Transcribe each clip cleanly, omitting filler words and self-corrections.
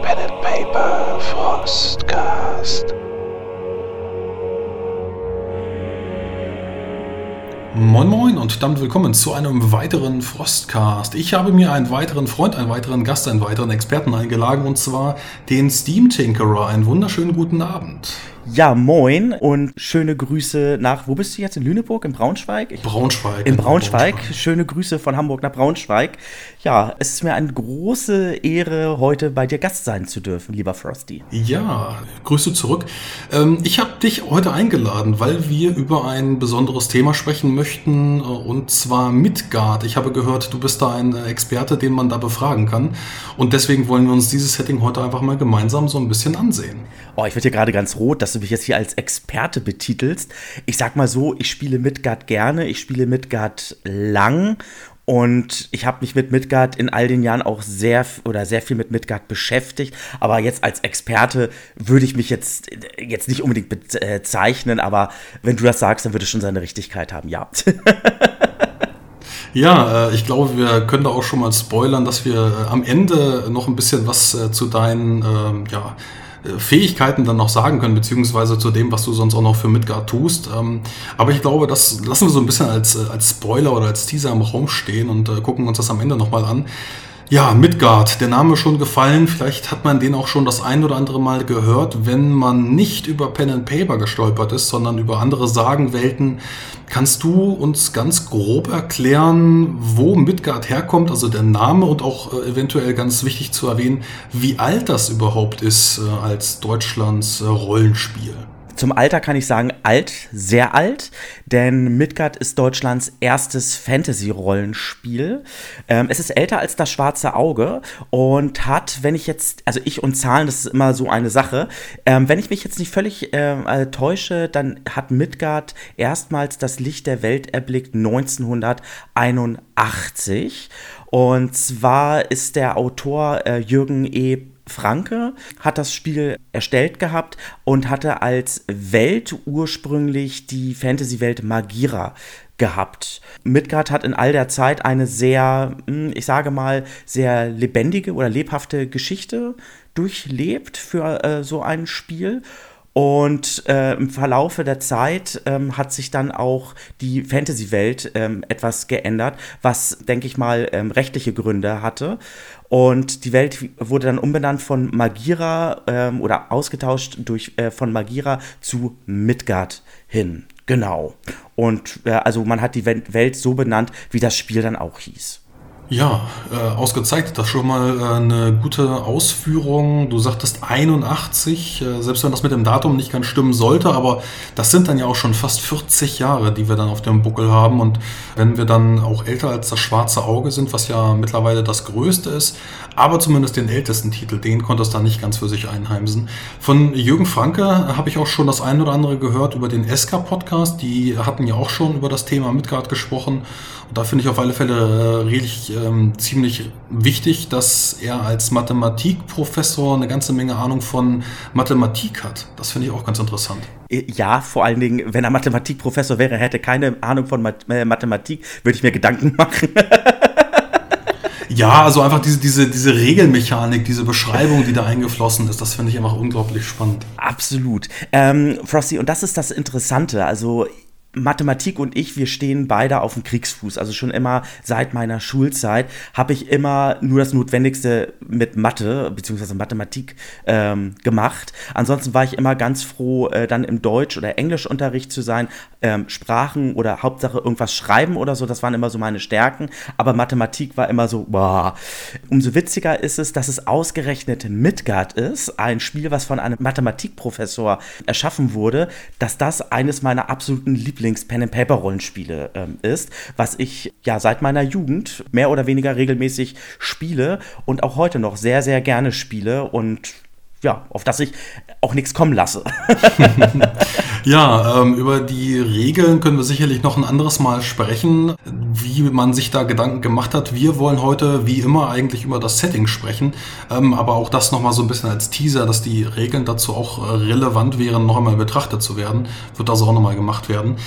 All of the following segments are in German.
Pen and Paper Frostcast. Moin Moin und damit willkommen zu einem weiteren Frostcast. Ich habe mir einen weiteren Freund, einen weiteren Gast, einen weiteren Experten eingeladen, und zwar den Steam Tinkerer. Einen wunderschönen guten Abend. Ja, moin und schöne Grüße nach, wo bist du jetzt, in Lüneburg, in Braunschweig? Braunschweig. In Braunschweig. Schöne Grüße von Hamburg nach Braunschweig. Ja, es ist mir eine große Ehre, heute bei dir Gast sein zu dürfen, lieber Frosty. Ja, Grüße zurück. Ich habe dich heute eingeladen, weil wir über ein besonderes Thema sprechen möchten, und zwar Midgard. Ich habe gehört, du bist da ein Experte, den man da befragen kann, und deswegen wollen wir uns dieses Setting heute einfach mal gemeinsam so ein bisschen ansehen. Oh, ich werde hier gerade ganz rot, dass du mich jetzt hier als Experte betitelst. Ich sag mal so, ich spiele Midgard gerne, ich spiele Midgard lang und ich habe mich mit Midgard in all den Jahren auch sehr viel mit Midgard beschäftigt. Aber jetzt als Experte würde ich mich jetzt nicht unbedingt bezeichnen, aber wenn du das sagst, dann würde es schon seine Richtigkeit haben, ja. Ja, ich glaube, wir können da auch schon mal spoilern, dass wir am Ende noch ein bisschen was zu deinen Fähigkeiten dann noch sagen können, beziehungsweise zu dem, was du sonst auch noch für Midgard tust. Aber ich glaube, das lassen wir so ein bisschen als Spoiler oder als Teaser im Raum stehen und gucken uns das am Ende nochmal an. Ja, Midgard, der Name schon gefallen, vielleicht hat man den auch schon das ein oder andere Mal gehört. Wenn man nicht über Pen and Paper gestolpert ist, sondern über andere Sagenwelten, kannst du uns ganz grob erklären, wo Midgard herkommt, also der Name, und auch eventuell ganz wichtig zu erwähnen, wie alt das überhaupt ist als Deutschlands Rollenspiel? Zum Alter kann ich sagen, alt, sehr alt, denn Midgard ist Deutschlands erstes Fantasy-Rollenspiel. Es ist älter als das Schwarze Auge und hat, ich und Zahlen, das ist immer so eine Sache, wenn ich mich jetzt nicht völlig täusche, dann hat Midgard erstmals das Licht der Welt erblickt 1981, und zwar ist der Autor Jürgen E. Franke hat das Spiel erstellt gehabt und hatte als Welt ursprünglich die Fantasy-Welt Maghera gehabt. Midgard hat in all der Zeit eine sehr, sehr lebendige oder lebhafte Geschichte durchlebt für so ein Spiel. Und im Verlaufe der Zeit hat sich dann auch die Fantasy-Welt etwas geändert, was, denke ich mal, rechtliche Gründe hatte. Und die Welt wurde dann umbenannt von Maghera oder ausgetauscht von Maghera zu Midgard hin. Genau. Und also man hat die Welt so benannt, wie das Spiel dann auch hieß. Ja, ausgezeichnet, das schon mal eine gute Ausführung. Du sagtest 81, selbst wenn das mit dem Datum nicht ganz stimmen sollte, aber das sind dann ja auch schon fast 40 Jahre, die wir dann auf dem Buckel haben. Und wenn wir dann auch älter als das Schwarze Auge sind, was ja mittlerweile das größte ist, aber zumindest den ältesten Titel, den konnte es dann nicht ganz für sich einheimsen. Von Jürgen Franke habe ich auch schon das ein oder andere gehört über den SK-Podcast. Die hatten ja auch schon über das Thema Midgard gesprochen. Und da finde ich auf alle Fälle ziemlich wichtig, dass er als Mathematikprofessor eine ganze Menge Ahnung von Mathematik hat. Das finde ich auch ganz interessant. Ja, vor allen Dingen, wenn er Mathematikprofessor wäre, hätte keine Ahnung von Mathematik, würde ich mir Gedanken machen. Ja, also einfach diese Regelmechanik, diese Beschreibung, die da eingeflossen ist, das finde ich einfach unglaublich spannend. Absolut. Frosty, und das ist das Interessante, also Mathematik und wir stehen beide auf dem Kriegsfuß. Also schon immer seit meiner Schulzeit habe ich immer nur das Notwendigste mit Mathe bzw. Mathematik gemacht. Ansonsten war ich immer ganz froh, dann im Deutsch- oder Englischunterricht zu sein. Sprachen oder Hauptsache irgendwas schreiben oder so, das waren immer so meine Stärken. Aber Mathematik war immer so, boah. Umso witziger ist es, dass es ausgerechnet Midgard ist, ein Spiel, was von einem Mathematikprofessor erschaffen wurde, dass das eines meiner absoluten Lieblings-Pen-and-Paper-Rollenspiele ist, was ich ja seit meiner Jugend mehr oder weniger regelmäßig spiele und auch heute noch sehr, sehr gerne spiele und ja, auf das ich auch nichts kommen lasse. Ja, über die Regeln können wir sicherlich noch ein anderes Mal sprechen, wie man sich da Gedanken gemacht hat. Wir wollen heute, wie immer, eigentlich über das Setting sprechen, aber auch das nochmal so ein bisschen als Teaser, dass die Regeln dazu auch relevant wären, noch einmal betrachtet zu werden, wird also auch nochmal gemacht werden.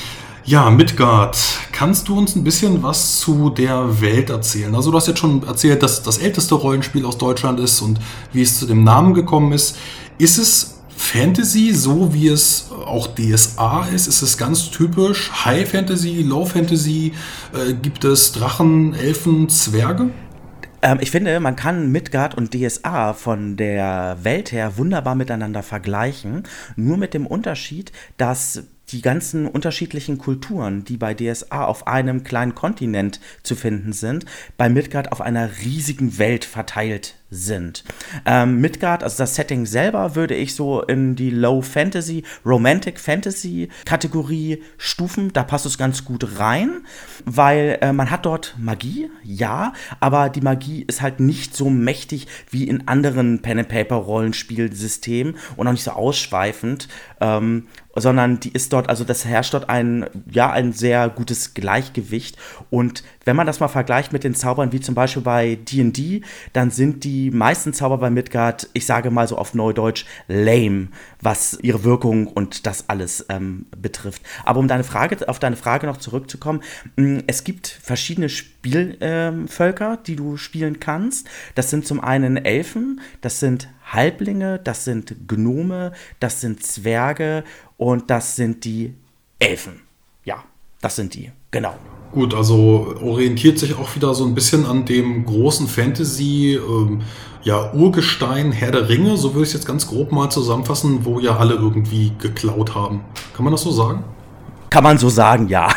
Ja, Midgard, kannst du uns ein bisschen was zu der Welt erzählen? Also du hast jetzt schon erzählt, dass das älteste Rollenspiel aus Deutschland ist und wie es zu dem Namen gekommen ist. Ist es Fantasy, so wie es auch DSA ist? Ist es ganz typisch High Fantasy, Low Fantasy? Gibt es Drachen, Elfen, Zwerge? Ich finde, man kann Midgard und DSA von der Welt her wunderbar miteinander vergleichen, nur mit dem Unterschied, dass die ganzen unterschiedlichen Kulturen, die bei DSA auf einem kleinen Kontinent zu finden sind, bei Midgard auf einer riesigen Welt verteilt sind. Midgard, also das Setting selber, würde ich so in die Low Fantasy, Romantic Fantasy Kategorie stufen. Da passt es ganz gut rein, weil man hat dort Magie, ja, aber die Magie ist halt nicht so mächtig wie in anderen Pen-and-Paper-Rollenspielsystemen und auch nicht so ausschweifend, sondern die ist dort, also das herrscht dort ein sehr gutes Gleichgewicht. Und wenn man das mal vergleicht mit den Zaubern, wie zum Beispiel bei D&D, dann sind die meisten Zauber bei Midgard, ich sage mal so auf Neudeutsch, lame, was ihre Wirkung und das alles betrifft. Aber um auf deine Frage noch zurückzukommen, es gibt verschiedene Spielvölker, die du spielen kannst. Das sind zum einen Elfen, das sind Halblinge, das sind Gnome, das sind Zwerge und das sind die Elfen. Ja, das sind die, genau. Gut, also orientiert sich auch wieder so ein bisschen an dem großen Fantasy, Urgestein, Herr der Ringe, so würde ich es jetzt ganz grob mal zusammenfassen, wo ja alle irgendwie geklaut haben. Kann man das so sagen? Kann man so sagen, ja.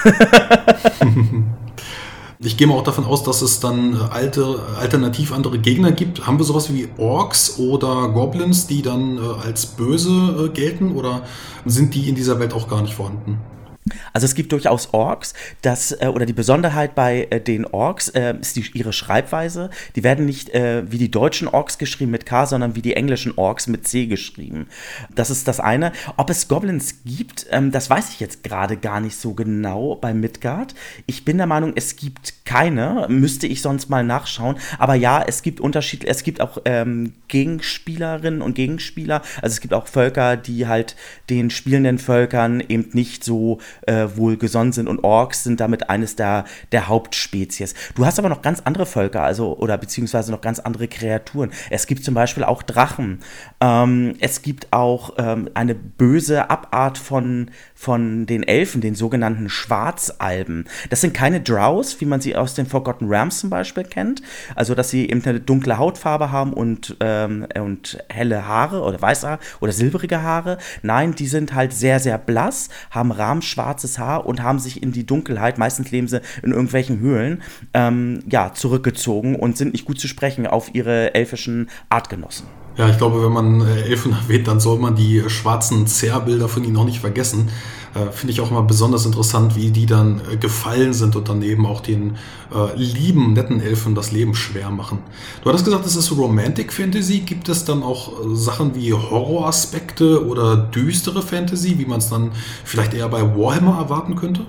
Ich gehe mal auch davon aus, dass es dann alternativ andere Gegner gibt. Haben wir sowas wie Orks oder Goblins, die dann als böse gelten, oder sind die in dieser Welt auch gar nicht vorhanden? Also es gibt durchaus Orks, oder die Besonderheit bei den Orks ist ihre Schreibweise. Die werden nicht wie die deutschen Orks geschrieben mit K, sondern wie die englischen Orks mit C geschrieben. Das ist das eine. Ob es Goblins gibt, das weiß ich jetzt gerade gar nicht so genau bei Midgard. Ich bin der Meinung, es gibt keine, müsste ich sonst mal nachschauen. Aber ja, es gibt Unterschiede, es gibt auch Gegenspielerinnen und Gegenspieler. Also es gibt auch Völker, die halt den spielenden Völkern eben nicht so wohlgesonnen sind, und Orks sind damit eines der Hauptspezies. Du hast aber noch ganz andere Völker, beziehungsweise noch ganz andere Kreaturen. Es gibt zum Beispiel auch Drachen. Es gibt auch eine böse Abart von den Elfen, den sogenannten Schwarzalben. Das sind keine Drows, wie man sie aus den Forgotten Realms zum Beispiel kennt. Also, dass sie eben eine dunkle Hautfarbe haben und helle Haare oder weiße oder silbrige Haare. Nein, die sind halt sehr, sehr blass, haben rahmschwarzes Haar und haben sich in die Dunkelheit, meistens leben sie in irgendwelchen Höhlen, zurückgezogen und sind nicht gut zu sprechen auf ihre elfischen Artgenossen. Ja, ich glaube, wenn man Elfen erwähnt, dann soll man die schwarzen Zerrbilder von ihnen auch nicht vergessen. Finde ich auch immer besonders interessant, wie die dann gefallen sind und dann eben auch den lieben, netten Elfen das Leben schwer machen. Du hattest gesagt, es ist Romantic Fantasy. Gibt es dann auch Sachen wie Horroraspekte oder düstere Fantasy, wie man es dann vielleicht eher bei Warhammer erwarten könnte?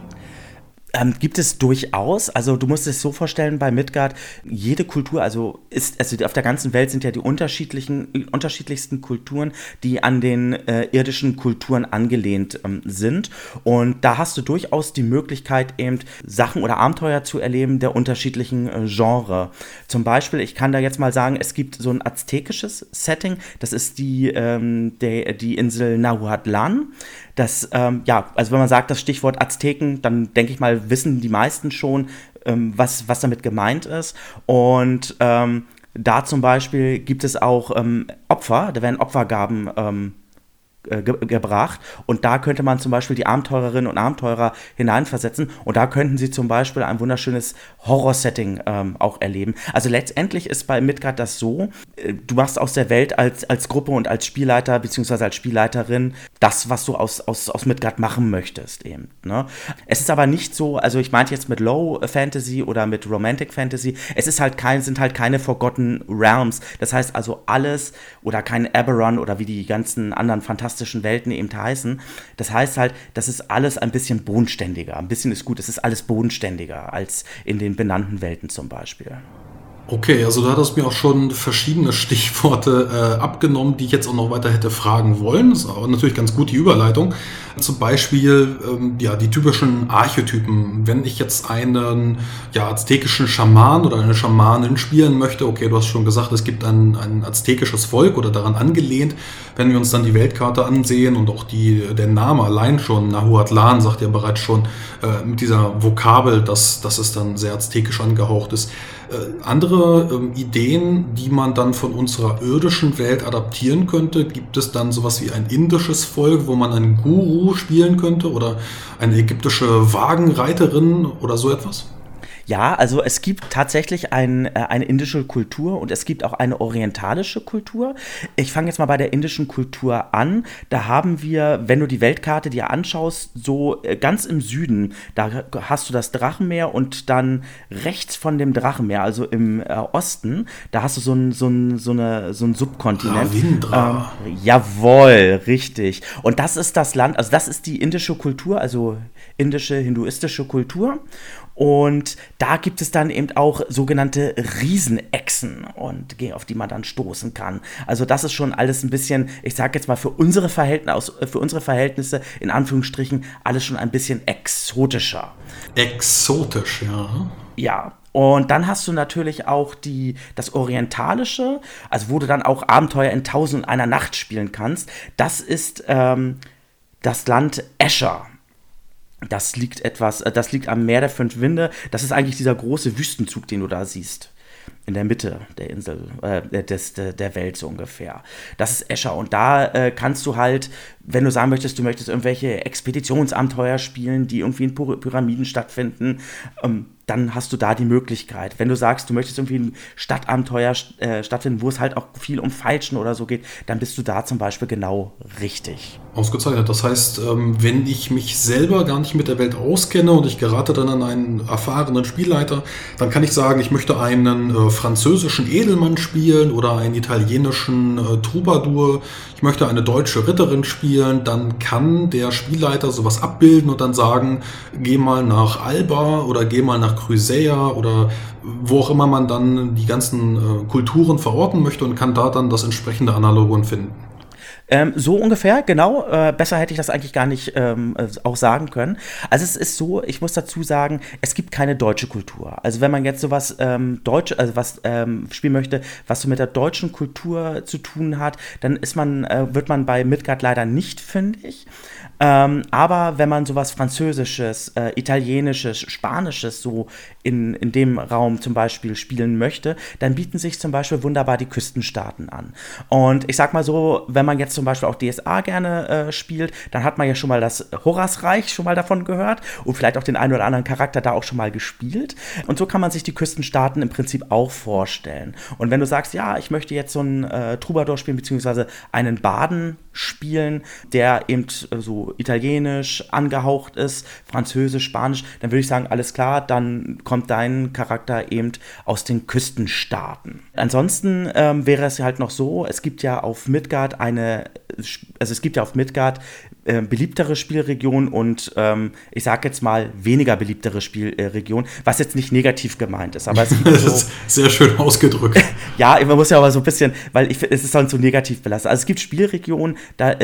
Gibt es durchaus. Also du musst es so vorstellen, bei Midgard, jede Kultur, also auf der ganzen Welt sind ja die unterschiedlichsten Kulturen, die an den irdischen Kulturen angelehnt sind. Und da hast du durchaus die Möglichkeit, eben Sachen oder Abenteuer zu erleben der unterschiedlichen Genre. Zum Beispiel, ich kann da jetzt mal sagen, es gibt so ein aztekisches Setting, das ist die Insel Nahuatlan. Also wenn man sagt das Stichwort Azteken, dann denke ich mal, wissen die meisten schon, was damit gemeint ist. Und da zum Beispiel gibt es auch Opfer, da werden Opfergaben gebracht, und da könnte man zum Beispiel die Abenteurerinnen und Abenteurer hineinversetzen, und da könnten sie zum Beispiel ein wunderschönes Horror-Setting auch erleben. Also letztendlich ist bei Midgard das so, du machst aus der Welt als Gruppe und als Spielleiter bzw. als Spielleiterin das, was du aus Midgard machen möchtest eben, ne? Es ist aber nicht so, also ich meinte jetzt mit Low Fantasy oder mit Romantic Fantasy, sind halt keine Forgotten Realms, das heißt also alles, oder kein Eberron oder wie die ganzen anderen fantastischen Welten eben heißen. Das heißt halt, das ist alles ein bisschen bodenständiger. Ein bisschen ist gut, es ist alles bodenständiger als in den benannten Welten zum Beispiel. Okay, also du hattest mir auch schon verschiedene Stichworte abgenommen, die ich jetzt auch noch weiter hätte fragen wollen. Das ist aber natürlich ganz gut die Überleitung. Zum Beispiel ja, die typischen Archetypen. Wenn ich jetzt einen ja, aztekischen Schaman oder eine Schamanin spielen möchte, okay, du hast schon gesagt, es gibt ein aztekisches Volk oder daran angelehnt. Wenn wir uns dann die Weltkarte ansehen und auch der Name allein schon, Nahuatlan sagt ja bereits schon mit dieser Vokabel, dass es dann sehr aztekisch angehaucht ist. Andere Ideen, die man dann von unserer irdischen Welt adaptieren könnte, gibt es dann sowas wie ein indisches Volk, wo man einen Guru spielen könnte oder eine ägyptische Wagenreiterin oder so etwas? Ja, also es gibt tatsächlich eine indische Kultur und es gibt auch eine orientalische Kultur. Ich fange jetzt mal bei der indischen Kultur an. Da haben wir, wenn du die Weltkarte dir anschaust, so ganz im Süden, da hast du das Drachenmeer und dann rechts von dem Drachenmeer, also im Osten, da hast du so einen Subkontinent. Ravindra. Jawohl, richtig. Und das ist das Land, also das ist die indische Kultur, also indische, hinduistische Kultur. Und da gibt es dann eben auch sogenannte Riesenechsen, und auf die man dann stoßen kann. Also das ist schon alles ein bisschen, ich sage jetzt mal für unsere Verhältnisse, in Anführungsstrichen, alles schon ein bisschen exotischer. Exotisch, ja. Ja, und dann hast du natürlich auch das Orientalische, also wo du dann auch Abenteuer in 1001 Nacht spielen kannst. Das ist das Land Escher. Das liegt am Meer der fünf Winde. Das ist eigentlich dieser große Wüstenzug, den du da siehst. In der Mitte der Insel, der Welt so ungefähr. Das ist Escher. Und da kannst du halt, wenn du sagen möchtest, du möchtest irgendwelche Expeditionsabenteuer spielen, die irgendwie in Pyramiden stattfinden, dann hast du da die Möglichkeit. Wenn du sagst, du möchtest irgendwie ein Stadtabenteuer stattfinden, wo es halt auch viel um Feilschen oder so geht, dann bist du da zum Beispiel genau richtig. Ausgezeichnet. Das heißt, wenn ich mich selber gar nicht mit der Welt auskenne und ich gerate dann an einen erfahrenen Spielleiter, dann kann ich sagen, ich möchte einen französischen Edelmann spielen oder einen italienischen Troubadour. Ich möchte eine deutsche Ritterin spielen. Dann kann der Spielleiter sowas abbilden und dann sagen, geh mal nach Alba oder geh mal nach Crusea oder wo auch immer man dann die ganzen Kulturen verorten möchte und kann da dann das entsprechende Analogon finden. So ungefähr, genau. Besser hätte ich das eigentlich gar nicht auch sagen können. Also es ist so, ich muss dazu sagen, es gibt keine deutsche Kultur. Also wenn man jetzt sowas spielen möchte, was so mit der deutschen Kultur zu tun hat, dann wird man bei Midgard leider nicht fündig. Aber wenn man sowas Französisches, Italienisches, Spanisches so in dem Raum zum Beispiel spielen möchte, dann bieten sich zum Beispiel wunderbar die Küstenstaaten an. Und ich sag mal so, wenn man jetzt zum Beispiel auch DSA gerne spielt, dann hat man ja schon mal das Horasreich schon mal davon gehört und vielleicht auch den einen oder anderen Charakter da auch schon mal gespielt. Und so kann man sich die Küstenstaaten im Prinzip auch vorstellen. Und wenn du sagst, ja, ich möchte jetzt so einen Troubadour spielen, beziehungsweise einen Baden spielen, der eben so italienisch angehaucht ist, französisch, spanisch, dann würde ich sagen, alles klar, dann kommt dein Charakter eben aus den Küstenstaaten. Ansonsten wäre es halt noch so, es gibt ja auf Midgard beliebtere Spielregionen und ich sag jetzt mal weniger beliebtere Spielregionen, was jetzt nicht negativ gemeint ist, aber es gibt Das ist sehr schön ausgedrückt. Ja, man muss ja aber so ein bisschen, weil es ist sonst so negativ belastet. Also es gibt Spielregionen, da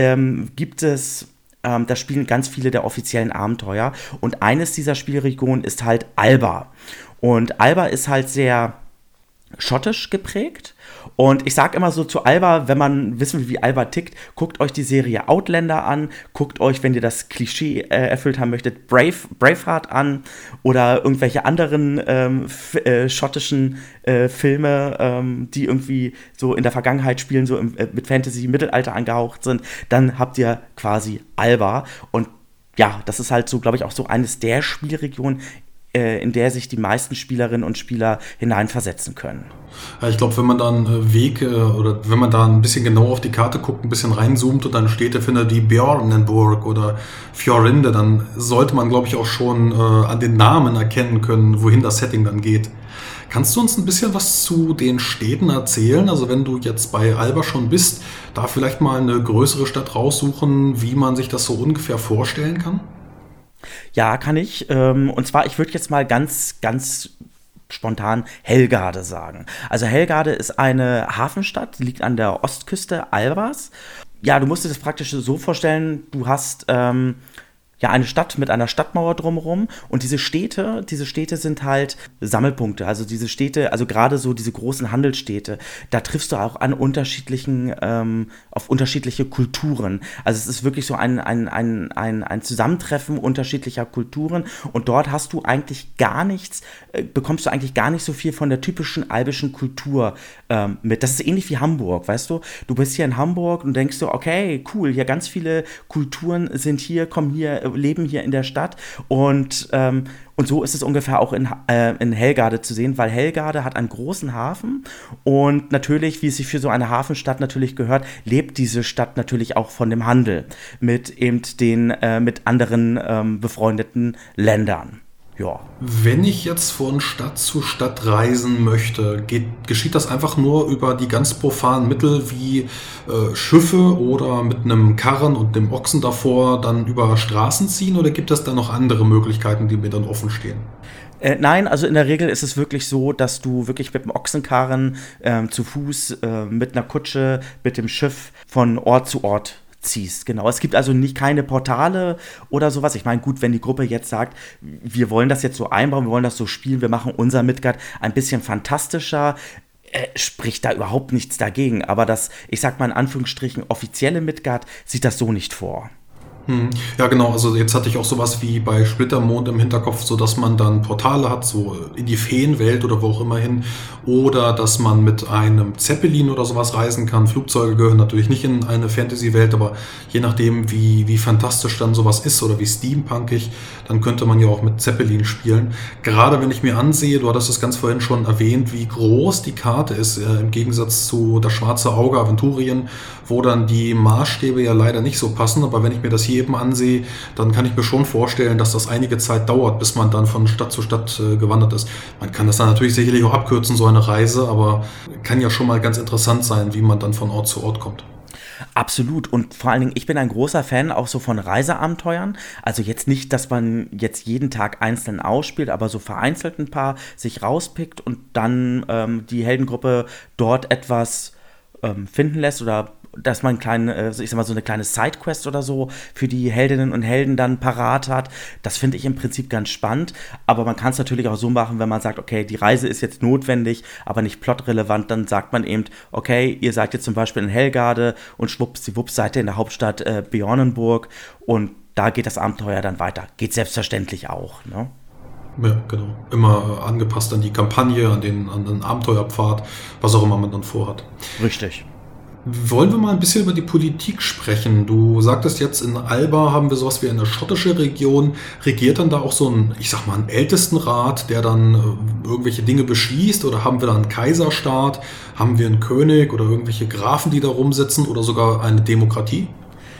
da spielen ganz viele der offiziellen Abenteuer und eines dieser Spielregionen ist halt Alba. Und Alba ist halt sehr schottisch geprägt. Und ich sage immer so zu Alba, wenn man wissen will, wie Alba tickt, guckt euch die Serie Outlander an, guckt euch, wenn ihr das Klischee erfüllt haben möchtet, Braveheart an oder irgendwelche anderen schottischen Filme, die irgendwie so in der Vergangenheit spielen, so mit Fantasy, Mittelalter angehaucht sind, dann habt ihr quasi Alba. Und ja, das ist halt so, glaube ich, auch so eines der Spielregionen, in der sich die meisten Spielerinnen und Spieler hineinversetzen können. Ja, ich glaube, wenn man da einen Weg oder wenn man da ein bisschen genauer auf die Karte guckt, ein bisschen reinzoomt und dann steht da findet die Björnenburg oder Fjorinde, dann sollte man, glaube ich, auch schon an den Namen erkennen können, wohin das Setting dann geht. Kannst du uns ein bisschen was zu den Städten erzählen? Also wenn du jetzt bei Alba schon bist, da vielleicht mal eine größere Stadt raussuchen, wie man sich das so ungefähr vorstellen kann? Ja, kann ich. Und zwar, ich würde jetzt mal ganz, ganz spontan Helgade sagen. Also Helgade ist eine Hafenstadt, liegt an der Ostküste Albas. Ja, du musst dir das praktisch so vorstellen, du hast eine Stadt mit einer Stadtmauer drumherum und diese Städte sind halt Sammelpunkte, also diese Städte, also gerade so diese großen Handelsstädte, da triffst du auch an auf unterschiedliche Kulturen. Also es ist wirklich so ein Zusammentreffen unterschiedlicher Kulturen und dort bekommst du eigentlich gar nicht so viel von der typischen albischen Kultur mit. Das ist ähnlich wie Hamburg, weißt du? Du bist hier in Hamburg und denkst so, okay, cool, hier ganz viele Kulturen sind hier, leben hier in der Stadt und so ist es ungefähr auch in Helgade zu sehen, weil Helgade hat einen großen Hafen und natürlich, wie es sich für so eine Hafenstadt natürlich gehört, lebt diese Stadt natürlich auch von dem Handel mit eben mit anderen befreundeten Ländern. Ja. Wenn ich jetzt von Stadt zu Stadt reisen möchte, geschieht das einfach nur über die ganz profanen Mittel wie Schiffe oder mit einem Karren und dem Ochsen davor dann über Straßen ziehen oder gibt es da noch andere Möglichkeiten, die mir dann offen stehen? Nein, also in der Regel ist es wirklich so, dass du wirklich mit dem Ochsenkarren zu Fuß, mit einer Kutsche, mit dem Schiff von Ort zu Ort ziehst. Genau, es gibt also keine Portale oder sowas. Ich meine, gut, wenn die Gruppe jetzt sagt, wir wollen das jetzt so einbauen, wir wollen das so spielen, wir machen unser Midgard ein bisschen fantastischer, spricht da überhaupt nichts dagegen. Aber das, ich sag mal in Anführungsstrichen, offizielle Midgard sieht das so nicht vor. Ja, genau. Also jetzt hatte ich auch sowas wie bei Splittermond im Hinterkopf, so dass man dann Portale hat, so in die Feenwelt oder wo auch immer hin. Oder dass man mit einem Zeppelin oder sowas reisen kann. Flugzeuge gehören natürlich nicht in eine Fantasy-Welt, aber je nachdem, wie fantastisch dann sowas ist oder wie steampunkig, dann könnte man ja auch mit Zeppelin spielen. Gerade wenn ich mir ansehe, du hattest es ganz vorhin schon erwähnt, wie groß die Karte ist, im Gegensatz zu das Schwarze Auge Aventurien, wo dann die Maßstäbe ja leider nicht so passen. Aber wenn ich mir das hier eben ansehe, dann kann ich mir schon vorstellen, dass das einige Zeit dauert, bis man dann von Stadt zu Stadt gewandert ist. Man kann das dann natürlich sicherlich auch abkürzen, so eine Reise, aber kann ja schon mal ganz interessant sein, wie man dann von Ort zu Ort kommt. Absolut. Und vor allen Dingen, ich bin ein großer Fan auch so von Reiseabenteuern. Also jetzt nicht, dass man jetzt jeden Tag einzeln ausspielt, aber so vereinzelt ein paar sich rauspickt und dann die Heldengruppe dort etwas finden lässt oder dass man so eine kleine Sidequest oder so für die Heldinnen und Helden dann parat hat. Das finde ich im Prinzip ganz spannend, aber man kann es natürlich auch so machen, wenn man sagt, okay, die Reise ist jetzt notwendig, aber nicht plotrelevant, dann sagt man eben, okay, ihr seid jetzt zum Beispiel in Helgade und schwuppsdiwupps seid ihr in der Hauptstadt Björnenburg und da geht das Abenteuer dann weiter. Geht selbstverständlich auch, ne? Ja, genau. Immer angepasst an die Kampagne, an den Abenteuerpfad, was auch immer man dann vorhat. Richtig. Wollen wir mal ein bisschen über die Politik sprechen? Du sagtest jetzt, in Alba haben wir sowas wie eine schottische Region. Regiert dann da auch so ein Ältestenrat, der dann irgendwelche Dinge beschließt? Oder haben wir da einen Kaiserstaat? Haben wir einen König oder irgendwelche Grafen, die da rumsitzen? Oder sogar eine Demokratie?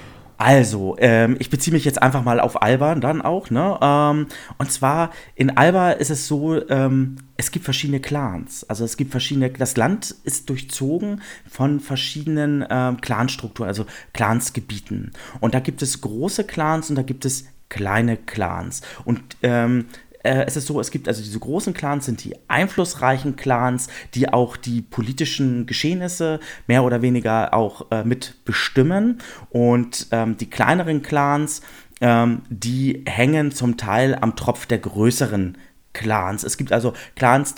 Also, ich beziehe mich jetzt einfach mal auf Alba dann auch, ne? Und zwar in Alba ist es so, es gibt verschiedene Clans. Also das Land ist durchzogen von verschiedenen Clanstrukturen, also Clansgebieten. Und da gibt es große Clans und da gibt es kleine Clans. Und es ist so, es gibt also diese großen Clans, sind die einflussreichen Clans, die auch die politischen Geschehnisse mehr oder weniger auch mitbestimmen. Und die kleineren Clans, die hängen zum Teil am Tropf der größeren Clans. Es gibt also Clans,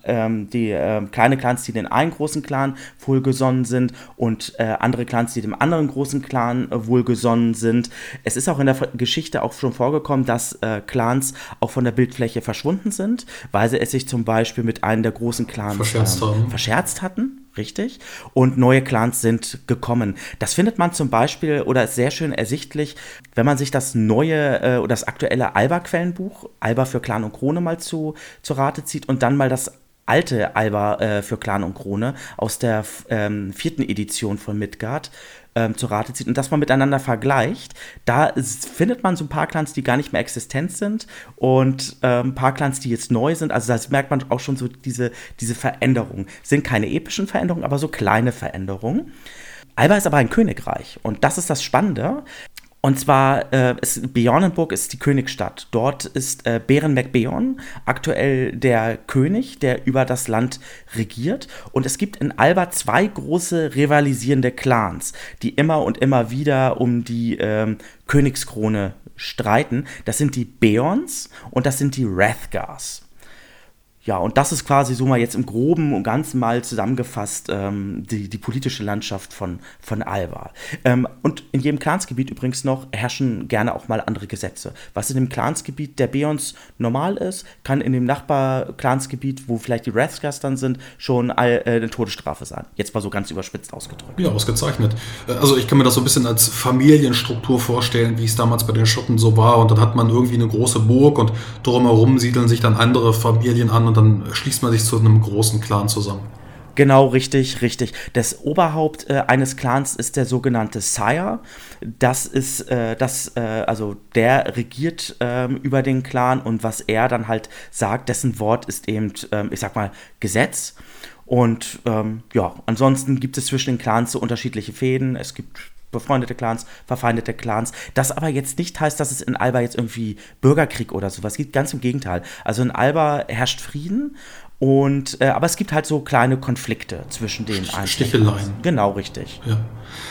kleine Clans, die dem einen großen Clan wohlgesonnen sind und andere Clans, die dem anderen großen Clan wohlgesonnen sind. Es ist auch in der Geschichte auch schon vorgekommen, dass Clans auch von der Bildfläche verschwunden sind, weil sie es sich zum Beispiel mit einem der großen Clans verscherzt hatten. Richtig. Und neue Clans sind gekommen. Das findet man zum Beispiel oder ist sehr schön ersichtlich, wenn man sich das neue oder das aktuelle Alba-Quellenbuch, Alba für Clan und Krone, mal zu Rate zieht und dann mal das alte Alba für Clan und Krone aus der 4. Edition von Midgard zu Rate zieht und das mal miteinander vergleicht. Da findet man so ein paar Clans, die gar nicht mehr existent sind und ein paar Clans, die jetzt neu sind. Also da merkt man auch schon so diese Veränderungen. Sind keine epischen Veränderungen, aber so kleine Veränderungen. Alba ist aber ein Königreich und das ist das Spannende. Und zwar, Beornenburg ist die Königsstadt. Dort ist Beren MacBeorn aktuell der König, der über das Land regiert. Und es gibt in Alba 2 große rivalisierende Clans, die immer und immer wieder um die Königskrone streiten. Das sind die Beorns und das sind die Rathgars. Ja, und das ist quasi so mal jetzt im Groben und Ganzen mal zusammengefasst die politische Landschaft von Alba. Und in jedem Clansgebiet übrigens noch herrschen gerne auch mal andere Gesetze. Was in dem Clansgebiet der Beorns normal ist, kann in dem Nachbar-Clansgebiet, wo vielleicht die Rathgars dann sind, schon eine Todesstrafe sein. Jetzt mal so ganz überspitzt ausgedrückt. Ja, ausgezeichnet. Also ich kann mir das so ein bisschen als Familienstruktur vorstellen, wie es damals bei den Schotten so war. Und dann hat man irgendwie eine große Burg und drumherum siedeln sich dann andere Familien an und dann schließt man sich zu einem großen Clan zusammen. Genau, richtig. Das Oberhaupt eines Clans ist der sogenannte Sire. Das ist, also der regiert über den Clan und was er dann halt sagt, dessen Wort ist eben, ich sag mal, Gesetz. Und ansonsten gibt es zwischen den Clans so unterschiedliche Fäden. Es gibt befreundete Clans, verfeindete Clans. Das aber jetzt nicht heißt, dass es in Alba jetzt irgendwie Bürgerkrieg oder sowas gibt. Ganz im Gegenteil. Also in Alba herrscht Frieden. Aber es gibt halt so kleine Konflikte zwischen den einzelnen. Sticheleien. Genau, richtig. Ja.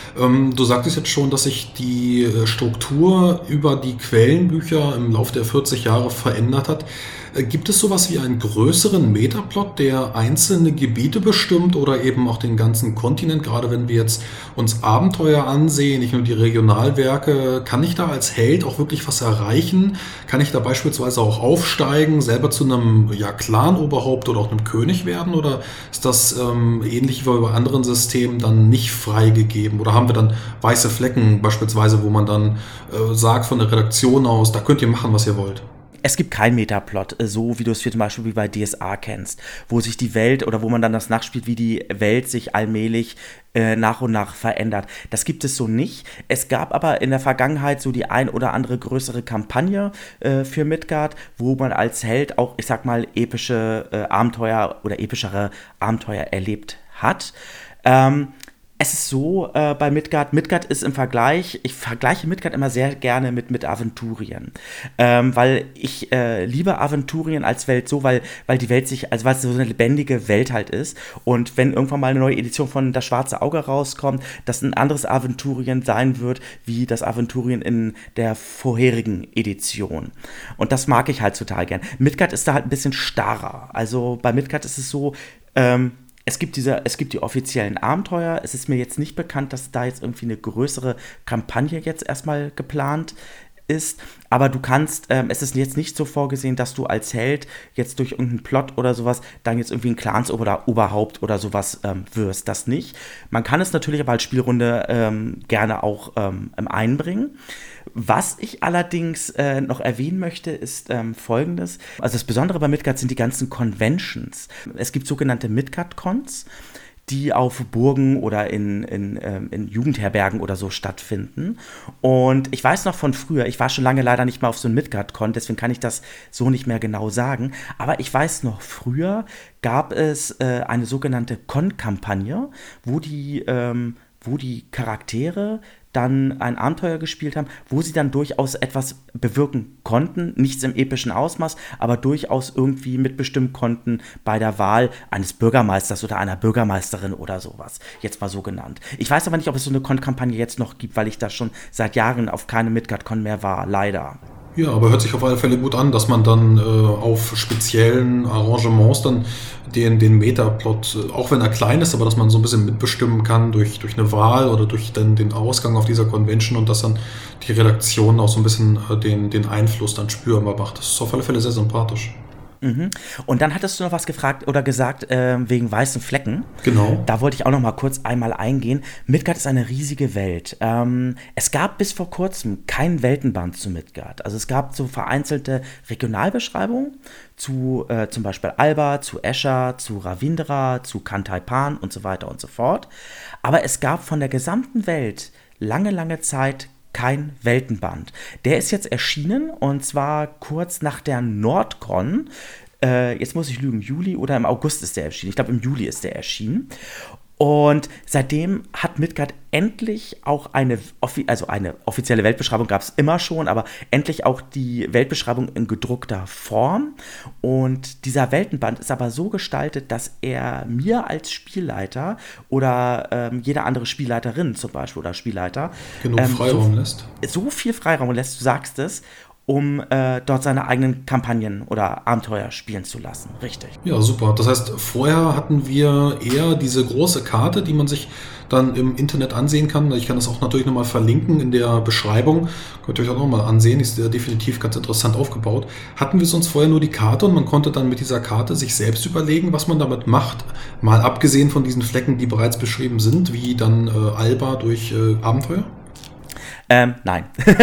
Du sagtest jetzt schon, dass sich die Struktur über die Quellenbücher im Laufe der 40 Jahre verändert hat. Gibt es sowas wie einen größeren Metaplot, der einzelne Gebiete bestimmt oder eben auch den ganzen Kontinent? Gerade wenn wir jetzt uns Abenteuer ansehen, nicht nur die Regionalwerke, kann ich da als Held auch wirklich was erreichen? Kann ich da beispielsweise auch aufsteigen, selber zu einem Clan-Oberhaupt oder auch einem König werden? Oder ist das ähnlich wie bei anderen Systemen dann nicht freigegeben? Oder haben wir dann weiße Flecken beispielsweise, wo man dann sagt von der Redaktion aus, da könnt ihr machen, was ihr wollt? Es gibt keinen Metaplot, so wie du es zum Beispiel wie bei DSA kennst, wo sich die Welt oder wo man dann das nachspielt, wie die Welt sich allmählich nach und nach verändert. Das gibt es so nicht. Es gab aber in der Vergangenheit so die ein oder andere größere Kampagne für Midgard, wo man als Held auch, ich sag mal, epische Abenteuer oder epischere Abenteuer erlebt hat. Es ist so bei Midgard ist im Vergleich, ich vergleiche Midgard immer sehr gerne mit Aventurien, weil ich liebe Aventurien als Welt so, weil die Welt sich, also weil es so eine lebendige Welt halt ist und wenn irgendwann mal eine neue Edition von Das Schwarze Auge rauskommt, das ein anderes Aventurien sein wird, wie das Aventurien in der vorherigen Edition und das mag ich halt total gern. Midgard ist da halt ein bisschen starrer, also bei Midgard ist es so, es gibt die offiziellen Abenteuer. Es ist mir jetzt nicht bekannt, dass da jetzt irgendwie eine größere Kampagne jetzt erstmal geplant ist. Aber du kannst, es ist jetzt nicht so vorgesehen, dass du als Held jetzt durch irgendeinen Plot oder sowas dann jetzt irgendwie ein Clans oder Oberhaupt oder sowas wirst. Das nicht. Man kann es natürlich aber als Spielrunde gerne auch einbringen. Was ich allerdings noch erwähnen möchte, ist Folgendes. Also das Besondere bei Midgard sind die ganzen Conventions. Es gibt sogenannte Midgard-Cons, die auf Burgen oder in Jugendherbergen oder so stattfinden. Und ich weiß noch von früher, ich war schon lange leider nicht mehr auf so einem Midgard-Con, deswegen kann ich das so nicht mehr genau sagen. Aber ich weiß noch, früher gab es eine sogenannte Con-Kampagne, wo die Charaktere dann ein Abenteuer gespielt haben, wo sie dann durchaus etwas bewirken konnten, nichts im epischen Ausmaß, aber durchaus irgendwie mitbestimmen konnten bei der Wahl eines Bürgermeisters oder einer Bürgermeisterin oder sowas, jetzt mal so genannt. Ich weiß aber nicht, ob es so eine Con-Kampagne jetzt noch gibt, weil ich da schon seit Jahren auf keine Midgard-Con mehr war, leider. Ja, aber hört sich auf alle Fälle gut an, dass man dann auf speziellen Arrangements dann den Metaplot, auch wenn er klein ist, aber dass man so ein bisschen mitbestimmen kann durch eine Wahl oder durch den Ausgang auf dieser Convention und dass dann die Redaktion auch so ein bisschen den Einfluss dann spürbar macht. Das ist auf alle Fälle sehr sympathisch. Mhm. Und dann hattest du noch was gefragt oder gesagt wegen weißen Flecken. Genau. Da wollte ich auch noch mal kurz einmal eingehen. Midgard ist eine riesige Welt. Es gab bis vor kurzem keinen Weltenband zu Midgard. Also es gab so vereinzelte Regionalbeschreibungen zu zum Beispiel Alba, zu Escher, zu Ravindra, zu Kantaipan und so weiter und so fort. Aber es gab von der gesamten Welt lange Zeit kein Weltenband. Der ist jetzt erschienen und zwar kurz nach der Nordcon. Jetzt muss ich lügen, Juli oder im August ist der erschienen. Ich glaube, im Juli ist der erschienen. Und seitdem hat Midgard endlich auch eine offizielle Weltbeschreibung gab es immer schon, aber endlich auch die Weltbeschreibung in gedruckter Form. Und dieser Weltenband ist aber so gestaltet, dass er mir als Spielleiter oder jede andere Spielleiterin zum Beispiel oder Spielleiter genug Freiraum lässt. So viel Freiraum lässt, du sagst es, um dort seine eigenen Kampagnen oder Abenteuer spielen zu lassen. Richtig. Ja, super. Das heißt, vorher hatten wir eher diese große Karte, die man sich dann im Internet ansehen kann. Ich kann das auch natürlich nochmal verlinken in der Beschreibung. Könnt ihr euch auch nochmal ansehen. Ist definitiv ganz interessant aufgebaut. Hatten wir sonst vorher nur die Karte und man konnte dann mit dieser Karte sich selbst überlegen, was man damit macht. Mal abgesehen von diesen Flecken, die bereits beschrieben sind, wie dann Alba durch Abenteuer? Nein.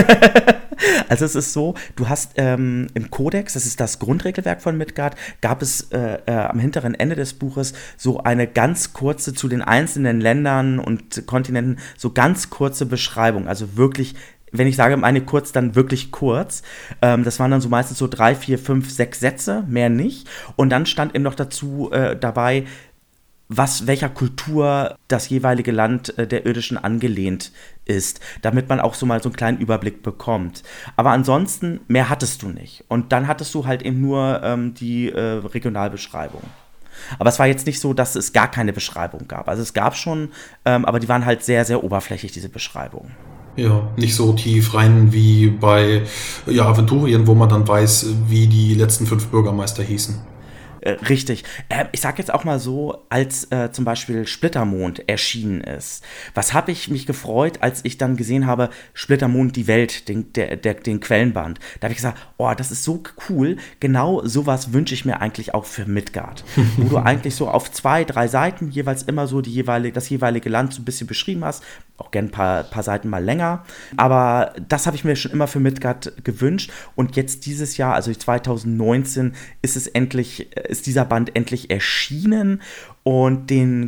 Also es ist so, du hast im Kodex, das ist das Grundregelwerk von Midgard, gab es am hinteren Ende des Buches so eine ganz kurze zu den einzelnen Ländern und Kontinenten, so ganz kurze Beschreibung, also wirklich, wenn ich sage meine kurz, dann wirklich kurz. Das waren dann so meistens so 3, 4, 5, 6 Sätze, mehr nicht. Und dann stand eben noch dazu dabei, welcher Kultur das jeweilige Land der Irdischen angelehnt ist, damit man auch so mal so einen kleinen Überblick bekommt. Aber ansonsten, mehr hattest du nicht. Und dann hattest du halt eben nur die Regionalbeschreibung. Aber es war jetzt nicht so, dass es gar keine Beschreibung gab. Also es gab schon, aber die waren halt sehr, sehr oberflächlich, diese Beschreibungen. Ja, nicht so tief rein wie bei Aventurien, wo man dann weiß, wie die letzten 5 Bürgermeister hießen. Richtig. Ich sag jetzt auch mal so, als zum Beispiel Splittermond erschienen ist. Was habe ich mich gefreut, als ich dann gesehen habe, Splittermond, die Welt, den Quellenband. Da habe ich gesagt, oh, das ist so cool. Genau sowas wünsche ich mir eigentlich auch für Midgard. Wo du eigentlich so auf 2, 3 Seiten jeweils immer so das jeweilige Land so ein bisschen beschrieben hast. Auch gern ein paar Seiten mal länger. Aber das habe ich mir schon immer für Midgard gewünscht. Und jetzt dieses Jahr, also 2019, ist dieser Band endlich erschienen. Und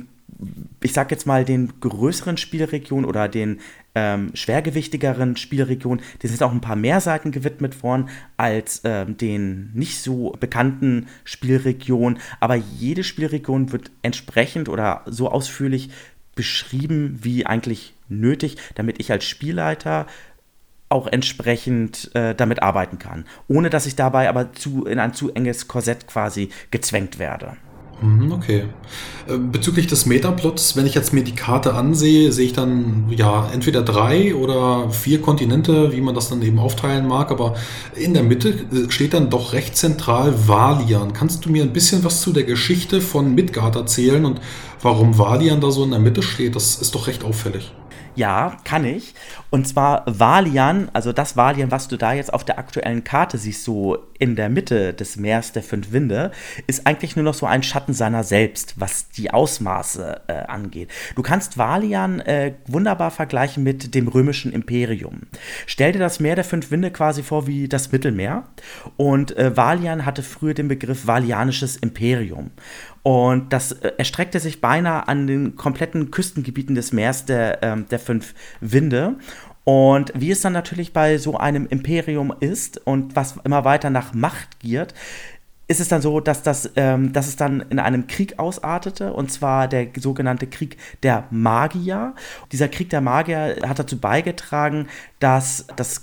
ich sag jetzt mal, den größeren Spielregionen oder den schwergewichtigeren Spielregionen, die sind auch ein paar mehr Seiten gewidmet worden als den nicht so bekannten Spielregionen. Aber jede Spielregion wird entsprechend oder so ausführlich beschrieben wie eigentlich nötig, damit ich als Spielleiter auch entsprechend damit arbeiten kann, ohne dass ich dabei aber in ein zu enges Korsett quasi gezwängt werde. Okay. Bezüglich des Metaplots, wenn ich jetzt mir die Karte ansehe, sehe ich dann entweder 3 oder 4 Kontinente, wie man das dann eben aufteilen mag, aber in der Mitte steht dann doch recht zentral Valian. Kannst du mir ein bisschen was zu der Geschichte von Midgard erzählen und warum Valian da so in der Mitte steht? Das ist doch recht auffällig. Ja, kann ich. Und zwar Valian, also das Valian, was du da jetzt auf der aktuellen Karte siehst, so in der Mitte des Meers der 5 Winde, ist eigentlich nur noch so ein Schatten seiner selbst, was die Ausmaße angeht. Du kannst Valian wunderbar vergleichen mit dem römischen Imperium. Stell dir das Meer der 5 Winde quasi vor wie das Mittelmeer. Und Valian hatte früher den Begriff Valianisches Imperium. Und das erstreckte sich beinahe an den kompletten Küstengebieten des Meers der 5 Winde. Und wie es dann natürlich bei so einem Imperium ist und was immer weiter nach Macht giert, ist es dann so, dass es dann in einem Krieg ausartete, und zwar der sogenannte Krieg der Magier. Dieser Krieg der Magier hat dazu beigetragen, dass das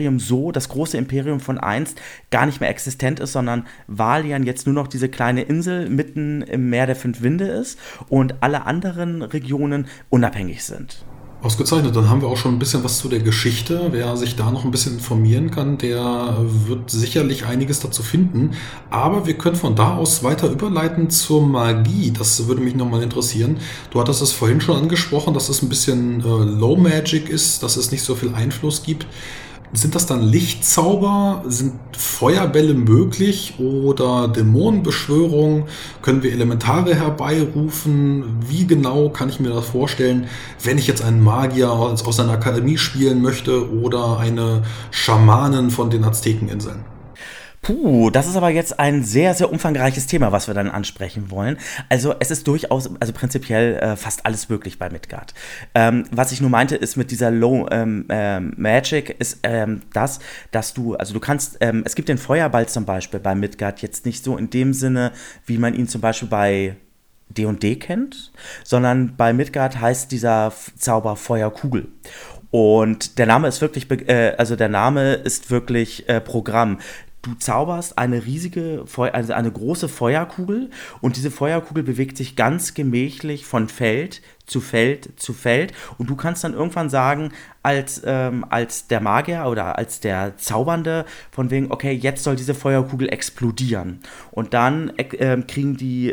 große Imperium von einst gar nicht mehr existent ist, sondern Valian jetzt nur noch diese kleine Insel mitten im Meer der 5 Winde ist und alle anderen Regionen unabhängig sind. Ausgezeichnet, dann haben wir auch schon ein bisschen was zu der Geschichte. Wer sich da noch ein bisschen informieren kann, der wird sicherlich einiges dazu finden. Aber wir können von da aus weiter überleiten zur Magie. Das würde mich nochmal interessieren. Du hattest es vorhin schon angesprochen, dass es ein bisschen Low Magic ist, dass es nicht so viel Einfluss gibt. Sind das dann Lichtzauber? Sind Feuerbälle möglich oder Dämonenbeschwörung? Können wir Elementare herbeirufen? Wie genau kann ich mir das vorstellen, wenn ich jetzt einen Magier aus einer Akademie spielen möchte oder eine Schamanin von den Aztekeninseln? Das ist aber jetzt ein sehr, sehr umfangreiches Thema, was wir dann ansprechen wollen. Also es ist durchaus, also prinzipiell fast alles möglich bei Midgard. Was ich nur meinte, ist mit dieser Low Magic, ist dass du kannst, es gibt den Feuerball zum Beispiel bei Midgard jetzt nicht so in dem Sinne, wie man ihn zum Beispiel bei D&D kennt, sondern bei Midgard heißt dieser Zauber Feuerkugel. Und der Name ist wirklich, Programm. Du zauberst eine riesige, also eine große Feuerkugel und diese Feuerkugel bewegt sich ganz gemächlich von Feld zu Feld zu Feld und du kannst dann irgendwann sagen, als der Magier oder als der Zaubernde, von wegen, okay, jetzt soll diese Feuerkugel explodieren. Und dann kriegen die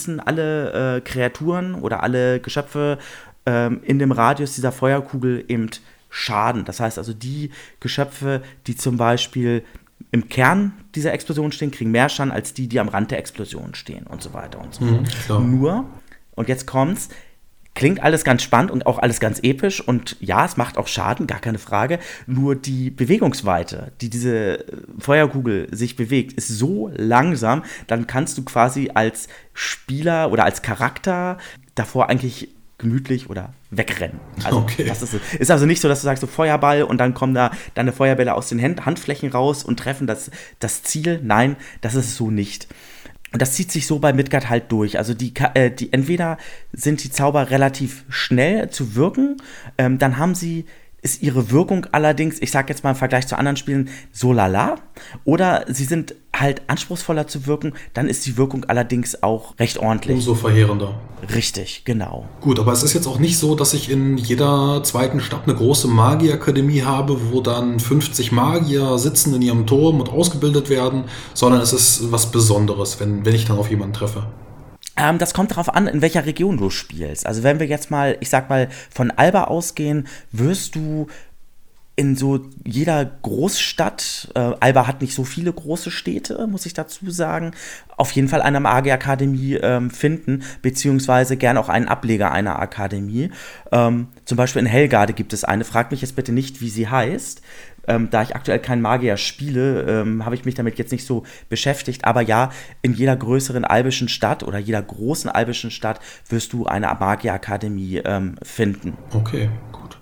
alle Kreaturen oder alle Geschöpfe in dem Radius dieser Feuerkugel eben Schaden. Das heißt also, die Geschöpfe, die zum Beispiel im Kern dieser Explosion stehen, kriegen mehr Schaden als die am Rand der Explosion stehen und so weiter und so fort. Nur, und jetzt kommt's, klingt alles ganz spannend und auch alles ganz episch und ja, es macht auch Schaden, gar keine Frage, nur die Bewegungsweite, die diese Feuerkugel sich bewegt, ist so langsam, dann kannst du quasi als Spieler oder als Charakter davor eigentlich gemütlich oder wegrennen. Also okay. Das ist also nicht so, dass du sagst, so Feuerball und dann kommen da deine Feuerbälle aus den Handflächen raus und treffen das Ziel. Nein, das ist so nicht. Und das zieht sich so bei Midgard halt durch. Also die entweder sind die Zauber relativ schnell zu wirken, dann ist ihre Wirkung allerdings, ich sag jetzt mal im Vergleich zu anderen Spielen, so lala. Oder sie sind halt anspruchsvoller zu wirken, dann ist die Wirkung allerdings auch recht ordentlich. Umso verheerender. Richtig, genau. Gut, aber es ist jetzt auch nicht so, dass ich in jeder zweiten Stadt eine große Magierakademie habe, wo dann 50 Magier sitzen in ihrem Turm und ausgebildet werden, sondern es ist was Besonderes, wenn ich dann auf jemanden treffe. Das kommt darauf an, in welcher Region du spielst. Also wenn wir jetzt mal, ich sag mal, von Alba ausgehen, wirst du in so jeder Großstadt, Alba hat nicht so viele große Städte, muss ich dazu sagen, auf jeden Fall eine Magierakademie finden, beziehungsweise gern auch einen Ableger einer Akademie. Zum Beispiel in Helgade gibt es eine, frag mich jetzt bitte nicht, wie sie heißt. Da ich aktuell keinen Magier spiele, habe ich mich damit jetzt nicht so beschäftigt. Aber ja, in jeder größeren albischen Stadt oder jeder großen albischen Stadt wirst du eine Magierakademie finden. Okay, gut.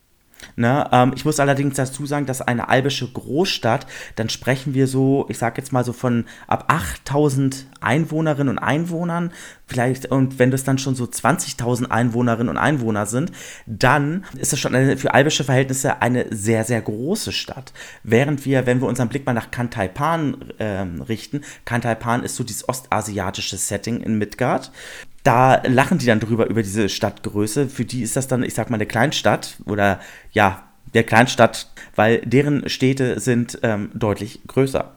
Ne, ich muss allerdings dazu sagen, dass eine albische Großstadt, dann sprechen wir so, ich sag jetzt mal so von ab 8.000 Einwohnerinnen und Einwohnern, vielleicht, und wenn das dann schon so 20.000 Einwohnerinnen und Einwohner sind, dann ist das schon für albische Verhältnisse eine sehr, sehr große Stadt. Wenn wir unseren Blick mal nach Kantaipan richten, Kantaipan ist so dieses ostasiatische Setting in Midgard. Da lachen die dann drüber über diese Stadtgröße. Für die ist das dann, ich sag mal, eine Kleinstadt oder ja, der Kleinstadt, weil deren Städte sind deutlich größer.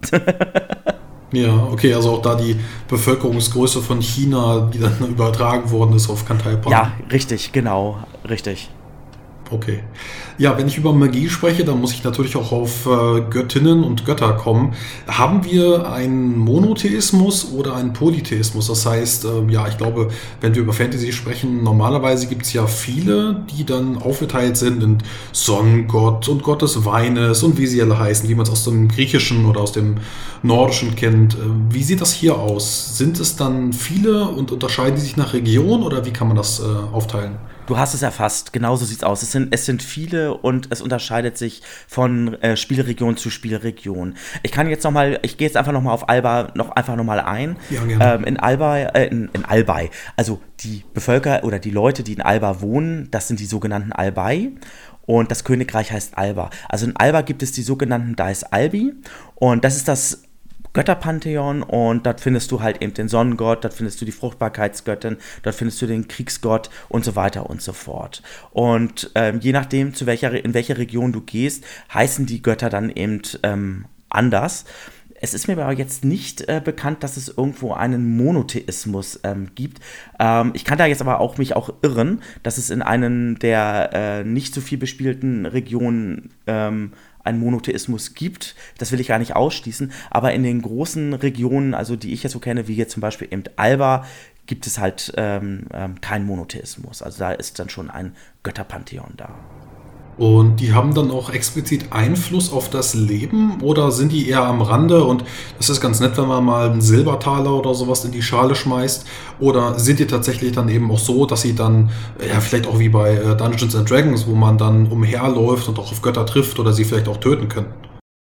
Ja, okay, also auch da die Bevölkerungsgröße von China, die dann übertragen worden ist auf Kantaipan. Ja, richtig, genau, richtig. Okay. Ja, wenn ich über Magie spreche, dann muss ich natürlich auch auf Göttinnen und Götter kommen. Haben wir einen Monotheismus oder einen Polytheismus? Das heißt, ich glaube, wenn wir über Fantasy sprechen, normalerweise gibt es ja viele, die dann aufgeteilt sind in Sonnengott und Gott des Weines und wie sie alle heißen, wie man es aus dem Griechischen oder aus dem Nordischen kennt. Wie sieht das hier aus? Sind es dann viele und unterscheiden die sich nach Region oder wie kann man das aufteilen? Du hast es erfasst, genau so sieht's aus. Es sind viele und es unterscheidet sich von Spielregion zu Spielregion. Ich gehe jetzt einfach nochmal auf Alba nochmal ein. Ja, gerne. In Albay, also die Bevölkerung oder die Leute, die in Alba wohnen, das sind die sogenannten Albay. Und das Königreich heißt Alba. Also in Alba gibt es die sogenannten Dais Albi und das ist das Götterpantheon und dort findest du halt eben den Sonnengott, dort findest du die Fruchtbarkeitsgöttin, dort findest du den Kriegsgott und so weiter und so fort. Und je nachdem, in welche Region du gehst, heißen die Götter dann eben anders. Es ist mir aber jetzt nicht bekannt, dass es irgendwo einen Monotheismus gibt. Ich kann da jetzt aber mich auch irren, dass es in einem der nicht so viel bespielten Regionen einen Monotheismus gibt. Das will ich gar nicht ausschließen. Aber in den großen Regionen, also die ich jetzt so kenne, wie jetzt zum Beispiel eben Alba, gibt es halt keinen Monotheismus. Also da ist dann schon ein Götterpantheon da. Und die haben dann auch explizit Einfluss auf das Leben oder sind die eher am Rande und das ist ganz nett, wenn man mal einen Silbertaler oder sowas in die Schale schmeißt, oder sind die tatsächlich dann eben auch so, dass sie dann, vielleicht auch wie bei Dungeons and Dragons, wo man dann umherläuft und auch auf Götter trifft oder sie vielleicht auch töten können?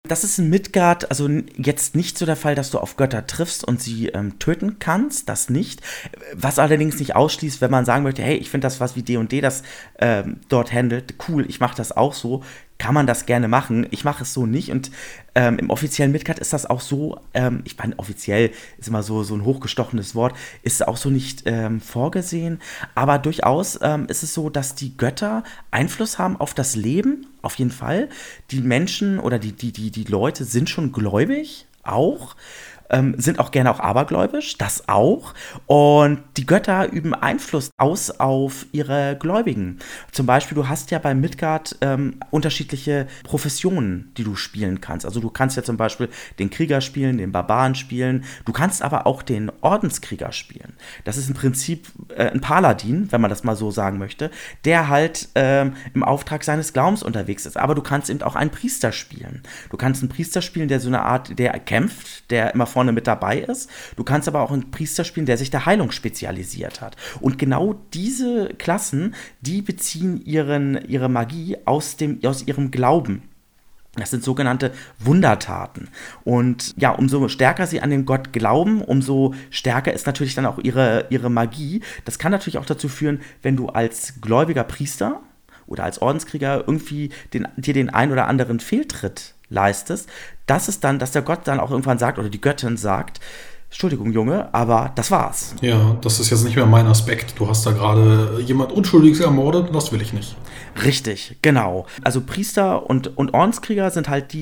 Das ist in Midgard also jetzt nicht so der Fall, dass du auf Götter triffst und sie töten kannst, das nicht. Was allerdings nicht ausschließt, wenn man sagen möchte, hey, ich finde das, was wie D&D das dort handelt, cool, ich mache das auch so, kann man das gerne machen. Ich mache es so nicht und im offiziellen Midgard ist das auch so, ich meine, offiziell ist immer so ein hochgestochenes Wort, ist auch so nicht vorgesehen, aber durchaus ist es so, dass die Götter Einfluss haben auf das Leben, auf jeden Fall. Die Menschen oder die Leute sind schon gläubig, auch. Sind auch gerne auch abergläubisch, das auch. Und die Götter üben Einfluss aus auf ihre Gläubigen. Zum Beispiel, du hast ja bei Midgard unterschiedliche Professionen, die du spielen kannst. Also du kannst ja zum Beispiel den Krieger spielen, den Barbaren spielen. Du kannst aber auch den Ordenskrieger spielen. Das ist im Prinzip ein Paladin, wenn man das mal so sagen möchte, der halt im Auftrag seines Glaubens unterwegs ist. Aber du kannst eben auch einen Priester spielen. Du kannst einen Priester spielen, der so eine Art, der kämpft, der immer vorne mit dabei ist. Du kannst aber auch einen Priester spielen, der sich der Heilung spezialisiert hat. Und genau diese Klassen, die beziehen ihre Magie aus ihrem Glauben. Das sind sogenannte Wundertaten. Und ja, umso stärker sie an den Gott glauben, umso stärker ist natürlich dann auch ihre Magie. Das kann natürlich auch dazu führen, wenn du als gläubiger Priester oder als Ordenskrieger irgendwie dir den ein oder anderen Fehltritt leistest, dass der Gott dann auch irgendwann sagt oder die Göttin sagt, Entschuldigung, Junge, aber das war's. Ja, das ist jetzt nicht mehr mein Aspekt. Du hast da gerade jemand Unschuldiges ermordet, das will ich nicht. Richtig, genau. Also Priester und Ordenskrieger sind halt die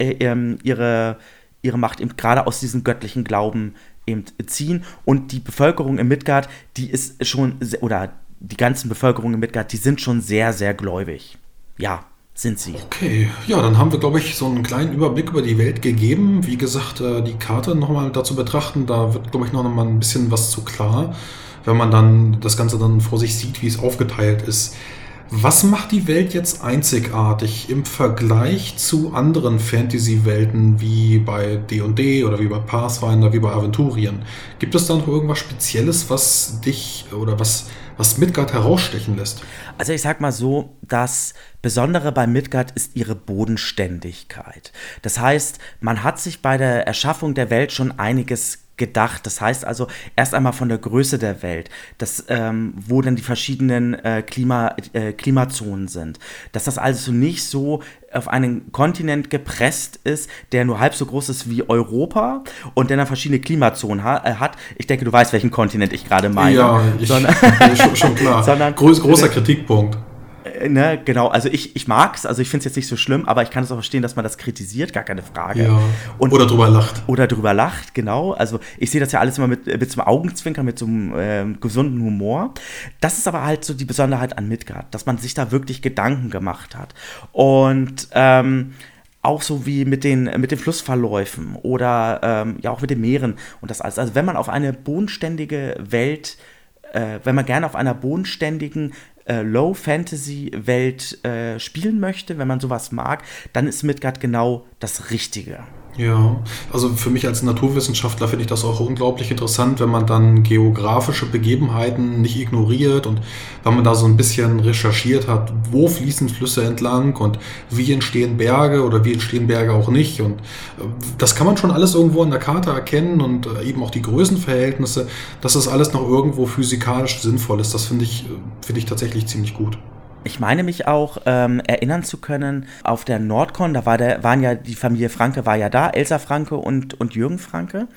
ihre Macht eben gerade aus diesem göttlichen Glauben eben ziehen. Und die Bevölkerung in Midgard, die ist schon, oder die ganzen Bevölkerung in Midgard, die sind schon sehr, sehr gläubig. Ja, sind sie. Okay, ja, dann haben wir, glaube ich, so einen kleinen Überblick über die Welt gegeben. Wie gesagt, die Karte nochmal dazu betrachten, da wird, glaube ich, noch mal ein bisschen was zu klar, wenn man dann das Ganze dann vor sich sieht, wie es aufgeteilt ist. Was macht die Welt jetzt einzigartig im Vergleich zu anderen Fantasy-Welten wie bei D&D oder wie bei Pathfinder, wie bei Aventurien? Gibt es da noch irgendwas Spezielles, was dich oder was Midgard herausstechen lässt? Also ich sag mal so, das Besondere bei Midgard ist ihre Bodenständigkeit. Das heißt, man hat sich bei der Erschaffung der Welt schon einiges gedacht. Das heißt also erst einmal von der Größe der Welt, wo dann die verschiedenen Klimazonen sind. Dass das also nicht so auf einen Kontinent gepresst ist, der nur halb so groß ist wie Europa und der dann verschiedene Klimazonen hat. Ich denke, du weißt, welchen Kontinent ich gerade meine. Ja, schon klar. Großer Kritikpunkt. Ne, genau, also ich mag's, also ich finde es jetzt nicht so schlimm, aber ich kann es auch verstehen, dass man das kritisiert, gar keine Frage. Ja, oder drüber lacht. Oder drüber lacht, genau. Also ich sehe das ja alles immer mit so einem Augenzwinkern, mit so einem gesunden Humor. Das ist aber halt so die Besonderheit an Midgard, dass man sich da wirklich Gedanken gemacht hat. Und auch so wie mit den Flussverläufen oder ja auch mit den Meeren und das alles. Also wenn man auf eine bodenständige Welt, wenn man gerne auf einer bodenständigen Low-Fantasy-Welt spielen möchte, wenn man sowas mag, dann ist Midgard genau das Richtige. Ja, also für mich als Naturwissenschaftler finde ich das auch unglaublich interessant, wenn man dann geografische Begebenheiten nicht ignoriert und wenn man da so ein bisschen recherchiert hat, wo fließen Flüsse entlang und wie entstehen Berge oder wie entstehen Berge auch nicht. Und das kann man schon alles irgendwo an der Karte erkennen und eben auch die Größenverhältnisse, dass das alles noch irgendwo physikalisch sinnvoll ist. Das finde ich tatsächlich ziemlich gut. Ich meine mich auch erinnern zu können, auf der Nordcon, da waren ja die Familie Franke war ja da, Elsa Franke und Jürgen Franke.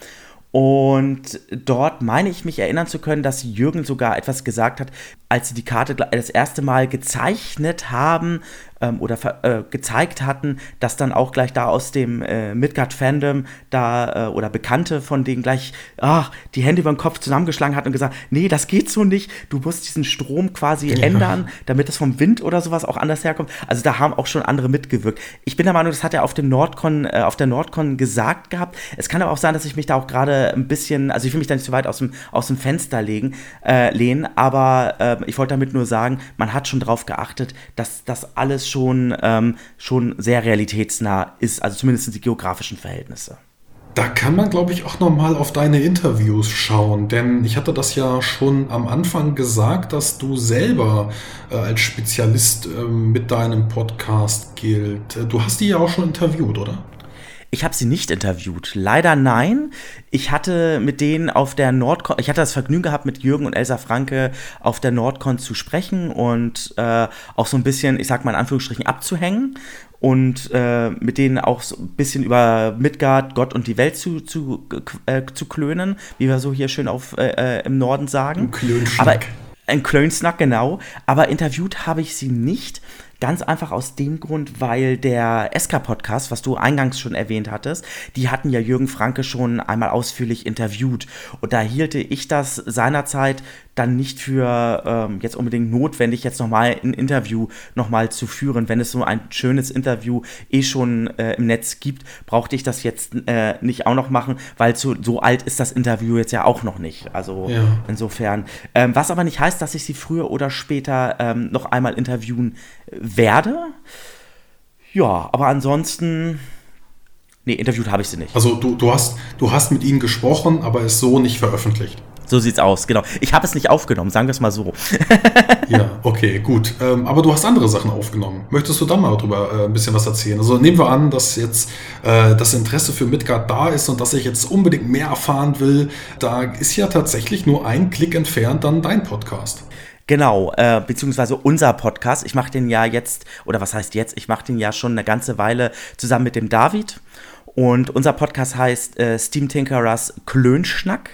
Und dort meine ich mich erinnern zu können, dass Jürgen sogar etwas gesagt hat, als sie die Karte das erste Mal gezeichnet haben oder gezeigt hatten, dass dann auch gleich da aus dem Midgard-Fandom da oder Bekannte von denen gleich die Hände über den Kopf zusammengeschlagen hat und gesagt, nee, das geht so nicht, du musst diesen Strom quasi ändern, damit es vom Wind oder sowas auch anders herkommt. Also da haben auch schon andere mitgewirkt. Ich bin der Meinung, das hat er auf der Nordcon gesagt gehabt. Es kann aber auch sein, dass ich mich da auch gerade ein bisschen, also ich will mich da nicht so weit aus dem Fenster lehnen, aber ich wollte damit nur sagen, man hat schon drauf geachtet, dass das alles schon sehr realitätsnah ist, also zumindest die geografischen Verhältnisse. Da kann man, glaube ich, auch nochmal auf deine Interviews schauen, denn ich hatte das ja schon am Anfang gesagt, dass du selber als Spezialist mit deinem Podcast gilt. Du hast die ja auch schon interviewt, oder? Ich habe sie nicht interviewt. Leider nein. Ich hatte mit denen auf der Nordcon, ich hatte das Vergnügen gehabt, mit Jürgen und Elsa Franke auf der Nordcon zu sprechen und auch so ein bisschen, ich sag mal in Anführungsstrichen, abzuhängen und mit denen auch so ein bisschen über Midgard, Gott und die Welt zu klönen, wie wir so hier schön im Norden sagen. Ein Klönsnack, genau. Aber interviewt habe ich sie nicht. Ganz einfach aus dem Grund, weil der SK-Podcast, was du eingangs schon erwähnt hattest, die hatten ja Jürgen Franke schon einmal ausführlich interviewt. Und da hielte ich das seinerzeit dann nicht für jetzt unbedingt notwendig, jetzt nochmal ein Interview nochmal zu führen. Wenn es so ein schönes Interview schon im Netz gibt, brauchte ich das jetzt nicht auch noch machen, weil so alt ist das Interview jetzt ja auch noch nicht. Also insofern. Was aber nicht heißt, dass ich sie früher oder später noch einmal interviewen werde. Ja, aber ansonsten, nee, interviewt habe ich sie nicht. Also du hast mit ihnen gesprochen, aber es so nicht veröffentlicht. So sieht's aus, genau. Ich habe es nicht aufgenommen, sagen wir es mal so. Ja, okay, gut. Aber du hast andere Sachen aufgenommen. Möchtest du dann mal drüber ein bisschen was erzählen? Also nehmen wir an, dass jetzt das Interesse für Midgard da ist und dass ich jetzt unbedingt mehr erfahren will. Da ist ja tatsächlich nur ein Klick entfernt dann dein Podcast. Genau, beziehungsweise unser Podcast. Ich mache den ja jetzt, oder was heißt jetzt? Ich mache den ja schon eine ganze Weile zusammen mit dem David. Und unser Podcast heißt Steam Tinkerers Klönschnack.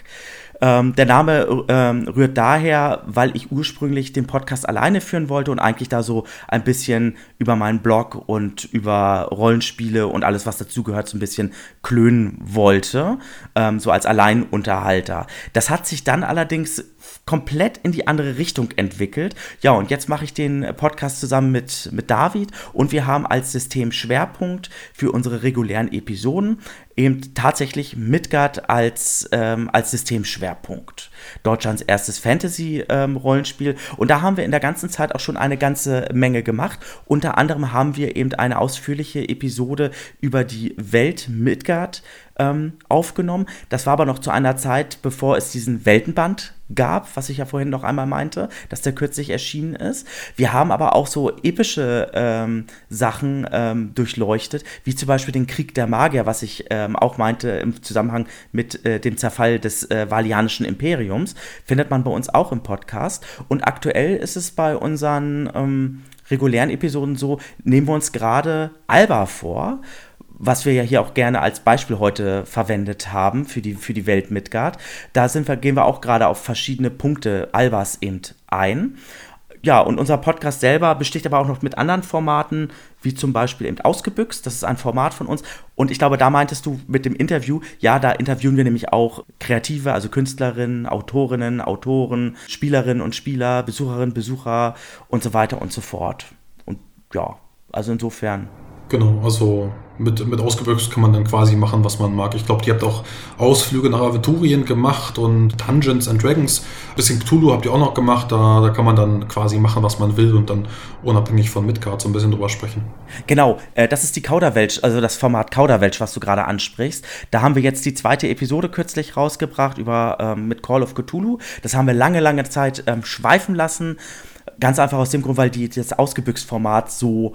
Der Name rührt daher, weil ich ursprünglich den Podcast alleine führen wollte und eigentlich da so ein bisschen über meinen Blog und über Rollenspiele und alles, was dazugehört, so ein bisschen klönen wollte, so als Alleinunterhalter. Das hat sich dann allerdings komplett in die andere Richtung entwickelt. Ja, und jetzt mache ich den Podcast zusammen mit David und wir haben als Systemschwerpunkt für unsere regulären Episoden eben tatsächlich Midgard als Systemschwerpunkt. Deutschlands erstes Fantasy-Rollenspiel. Und da haben wir in der ganzen Zeit auch schon eine ganze Menge gemacht. Unter anderem haben wir eben eine ausführliche Episode über die Welt Midgard aufgenommen. Das war aber noch zu einer Zeit, bevor es diesen Weltenband gab, was ich ja vorhin noch einmal meinte, dass der kürzlich erschienen ist. Wir haben aber auch so epische Sachen durchleuchtet, wie zum Beispiel den Krieg der Magier, was ich auch meinte im Zusammenhang mit dem Zerfall des Valianischen Imperiums. Findet man bei uns auch im Podcast. Und aktuell ist es bei unseren regulären Episoden so, nehmen wir uns gerade Alba vor, was wir ja hier auch gerne als Beispiel heute verwendet haben für die Welt Midgard. Da gehen wir auch gerade auf verschiedene Punkte Albas eben ein. Ja, und unser Podcast selber besticht aber auch noch mit anderen Formaten, wie zum Beispiel eben Ausgebüxt. Das ist ein Format von uns. Und ich glaube, da meintest du mit dem Interview, ja, da interviewen wir nämlich auch Kreative, also Künstlerinnen, Autorinnen, Autoren, Spielerinnen und Spieler, Besucherinnen, Besucher und so weiter und so fort. Und ja, also insofern. Genau, also mit Ausgebüxt kann man dann quasi machen, was man mag. Ich glaube, die habt auch Ausflüge nach Aventurien gemacht und Dungeons and Dragons. Ein bisschen Cthulhu habt ihr auch noch gemacht. Da kann man dann quasi machen, was man will und dann unabhängig von Midgard so ein bisschen drüber sprechen. Genau, das ist die Kauderwelsch, also das Format Kauderwelsch, was du gerade ansprichst. Da haben wir jetzt die 2. Episode kürzlich rausgebracht mit Call of Cthulhu. Das haben wir lange Zeit schweifen lassen. Ganz einfach aus dem Grund, weil das Ausgebüxt-Format so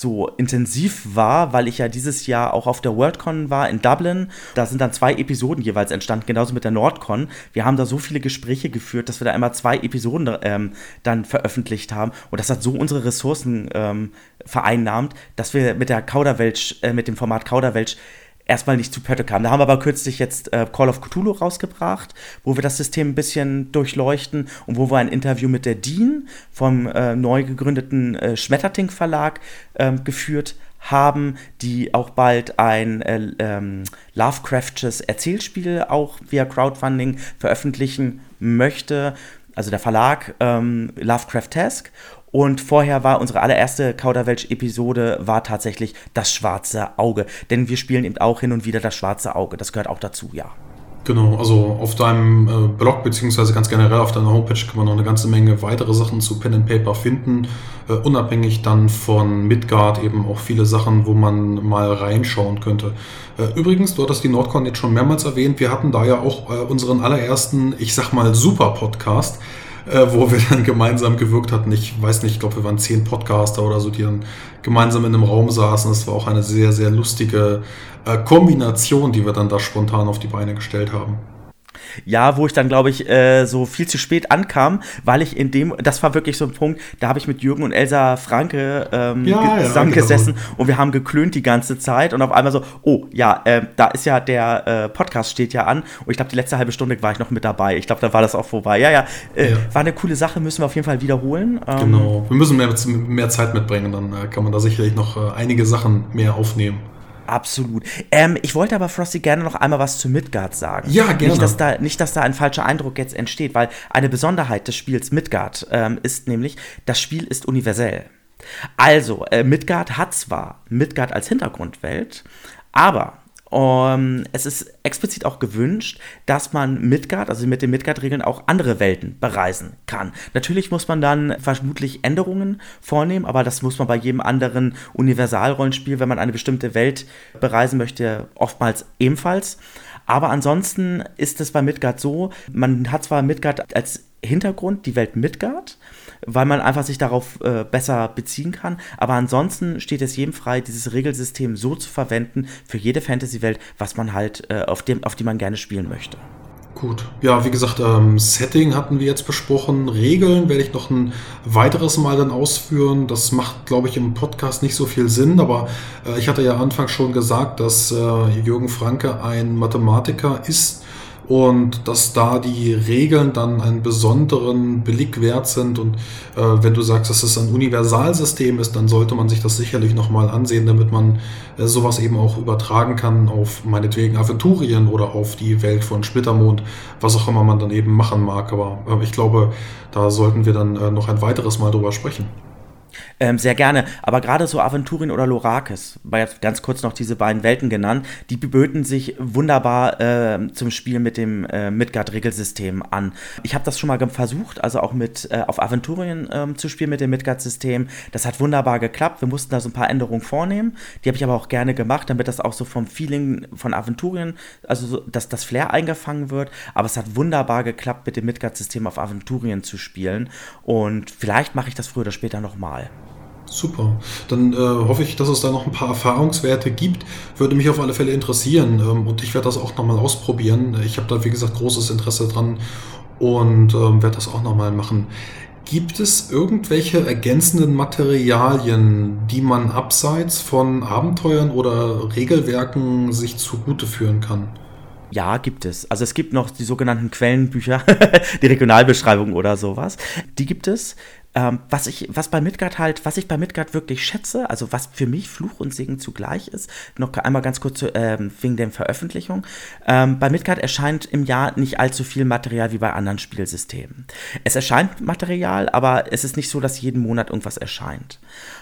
intensiv war, weil ich ja dieses Jahr auch auf der Worldcon war in Dublin. Da sind dann 2 Episoden jeweils entstanden, genauso mit der Nordcon. Wir haben da so viele Gespräche geführt, dass wir da immer 2 Episoden dann veröffentlicht haben. Und das hat so unsere Ressourcen vereinnahmt, dass wir mit dem Format Kauderwelsch erstmal nicht zu Pötte kamen. Da haben wir aber kürzlich jetzt Call of Cthulhu rausgebracht, wo wir das System ein bisschen durchleuchten und wo wir ein Interview mit der Dean vom neu gegründeten Schmetterting Verlag geführt haben, die auch bald ein Lovecraftsches Erzählspiel auch via Crowdfunding veröffentlichen möchte. Also der Verlag Lovecraftesk. Und vorher war unsere allererste Kauderwelsch-Episode war tatsächlich das schwarze Auge. Denn wir spielen eben auch hin und wieder das schwarze Auge. Das gehört auch dazu, ja. Genau, also auf deinem Blog beziehungsweise ganz generell auf deiner Homepage kann man noch eine ganze Menge weitere Sachen zu Pen and Paper finden. Unabhängig dann von Midgard eben auch viele Sachen, wo man mal reinschauen könnte. Übrigens, du hattest die Nordcon jetzt schon mehrmals erwähnt. Wir hatten da ja auch unseren allerersten, ich sag mal, Super-Podcast. wo wir dann gemeinsam gewirkt hatten. Ich weiß nicht, ich glaube, wir waren 10 Podcaster oder so, die dann gemeinsam in einem Raum saßen. Das war auch eine sehr, sehr lustige Kombination, die wir dann da spontan auf die Beine gestellt haben. Ja, wo ich dann, glaube ich, so viel zu spät ankam, weil ich das war wirklich so ein Punkt, da habe ich mit Jürgen und Elsa Franke zusammengesessen und wir haben geklönt die ganze Zeit und auf einmal so, da ist ja der Podcast steht ja an und ich glaube, die letzte halbe Stunde war ich noch mit dabei. Ich glaube, dann war das auch vorbei. War eine coole Sache, müssen wir auf jeden Fall wiederholen. Genau, wir müssen mehr Zeit mitbringen, dann kann man da sicherlich noch einige Sachen mehr aufnehmen. Absolut. Ich wollte aber, Frosty, gerne noch einmal was zu Midgard sagen. Ja, gerne. Nicht, dass da ein falscher Eindruck jetzt entsteht, weil eine Besonderheit des Spiels Midgard ist nämlich, das Spiel ist universell. Also, Midgard hat zwar Midgard als Hintergrundwelt, aber es ist explizit auch gewünscht, dass man Midgard, also mit den Midgard-Regeln, auch andere Welten bereisen kann. Natürlich muss man dann vermutlich Änderungen vornehmen, aber das muss man bei jedem anderen Universalrollenspiel, wenn man eine bestimmte Welt bereisen möchte, oftmals ebenfalls. Aber ansonsten ist es bei Midgard so, man hat zwar Midgard als Hintergrund, die Welt Midgard, weil man einfach sich darauf besser beziehen kann. Aber ansonsten steht es jedem frei, dieses Regelsystem so zu verwenden für jede Fantasy-Welt, was man halt auf die man gerne spielen möchte. Gut. Ja, wie gesagt, Setting hatten wir jetzt besprochen. Regeln werde ich noch ein weiteres Mal dann ausführen. Das macht, glaube ich, im Podcast nicht so viel Sinn, aber ich hatte ja anfangs schon gesagt, dass Jürgen Franke ein Mathematiker ist und dass da die Regeln dann einen besonderen Beleg wert sind. Und wenn du sagst, dass es ein Universalsystem ist, dann sollte man sich das sicherlich nochmal ansehen, damit man sowas eben auch übertragen kann auf meinetwegen Aventurien oder auf die Welt von Splittermond, was auch immer man dann eben machen mag. Aber ich glaube, da sollten wir dann noch ein weiteres Mal drüber sprechen. Sehr gerne, aber gerade so Aventurien oder Lorakis, war jetzt ganz kurz noch diese beiden Welten genannt, die böten sich wunderbar zum Spiel mit dem Midgard-Regelsystem an. Ich habe das schon mal versucht, also auch auf Aventurien zu spielen mit dem Midgard-System. Das hat wunderbar geklappt, wir mussten da so ein paar Änderungen vornehmen, die habe ich aber auch gerne gemacht, damit das auch so vom Feeling von Aventurien, also so, dass das Flair eingefangen wird, aber es hat wunderbar geklappt, mit dem Midgard-System auf Aventurien zu spielen und vielleicht mache ich das früher oder später nochmal. Super. Dann hoffe ich, dass es da noch ein paar Erfahrungswerte gibt. Würde mich auf alle Fälle interessieren und ich werde das auch nochmal ausprobieren. Ich habe da, wie gesagt, großes Interesse dran und werde das auch nochmal machen. Gibt es irgendwelche ergänzenden Materialien, die man abseits von Abenteuern oder Regelwerken sich zugute führen kann? Ja, gibt es. Also es gibt noch die sogenannten Quellenbücher, die Regionalbeschreibung oder sowas. Die gibt es. Was ich bei Midgard wirklich schätze, also was für mich Fluch und Segen zugleich ist, noch einmal ganz kurz wegen der Veröffentlichung. Bei Midgard erscheint im Jahr nicht allzu viel Material wie bei anderen Spielsystemen. Es erscheint Material, aber es ist nicht so, dass jeden Monat irgendwas erscheint.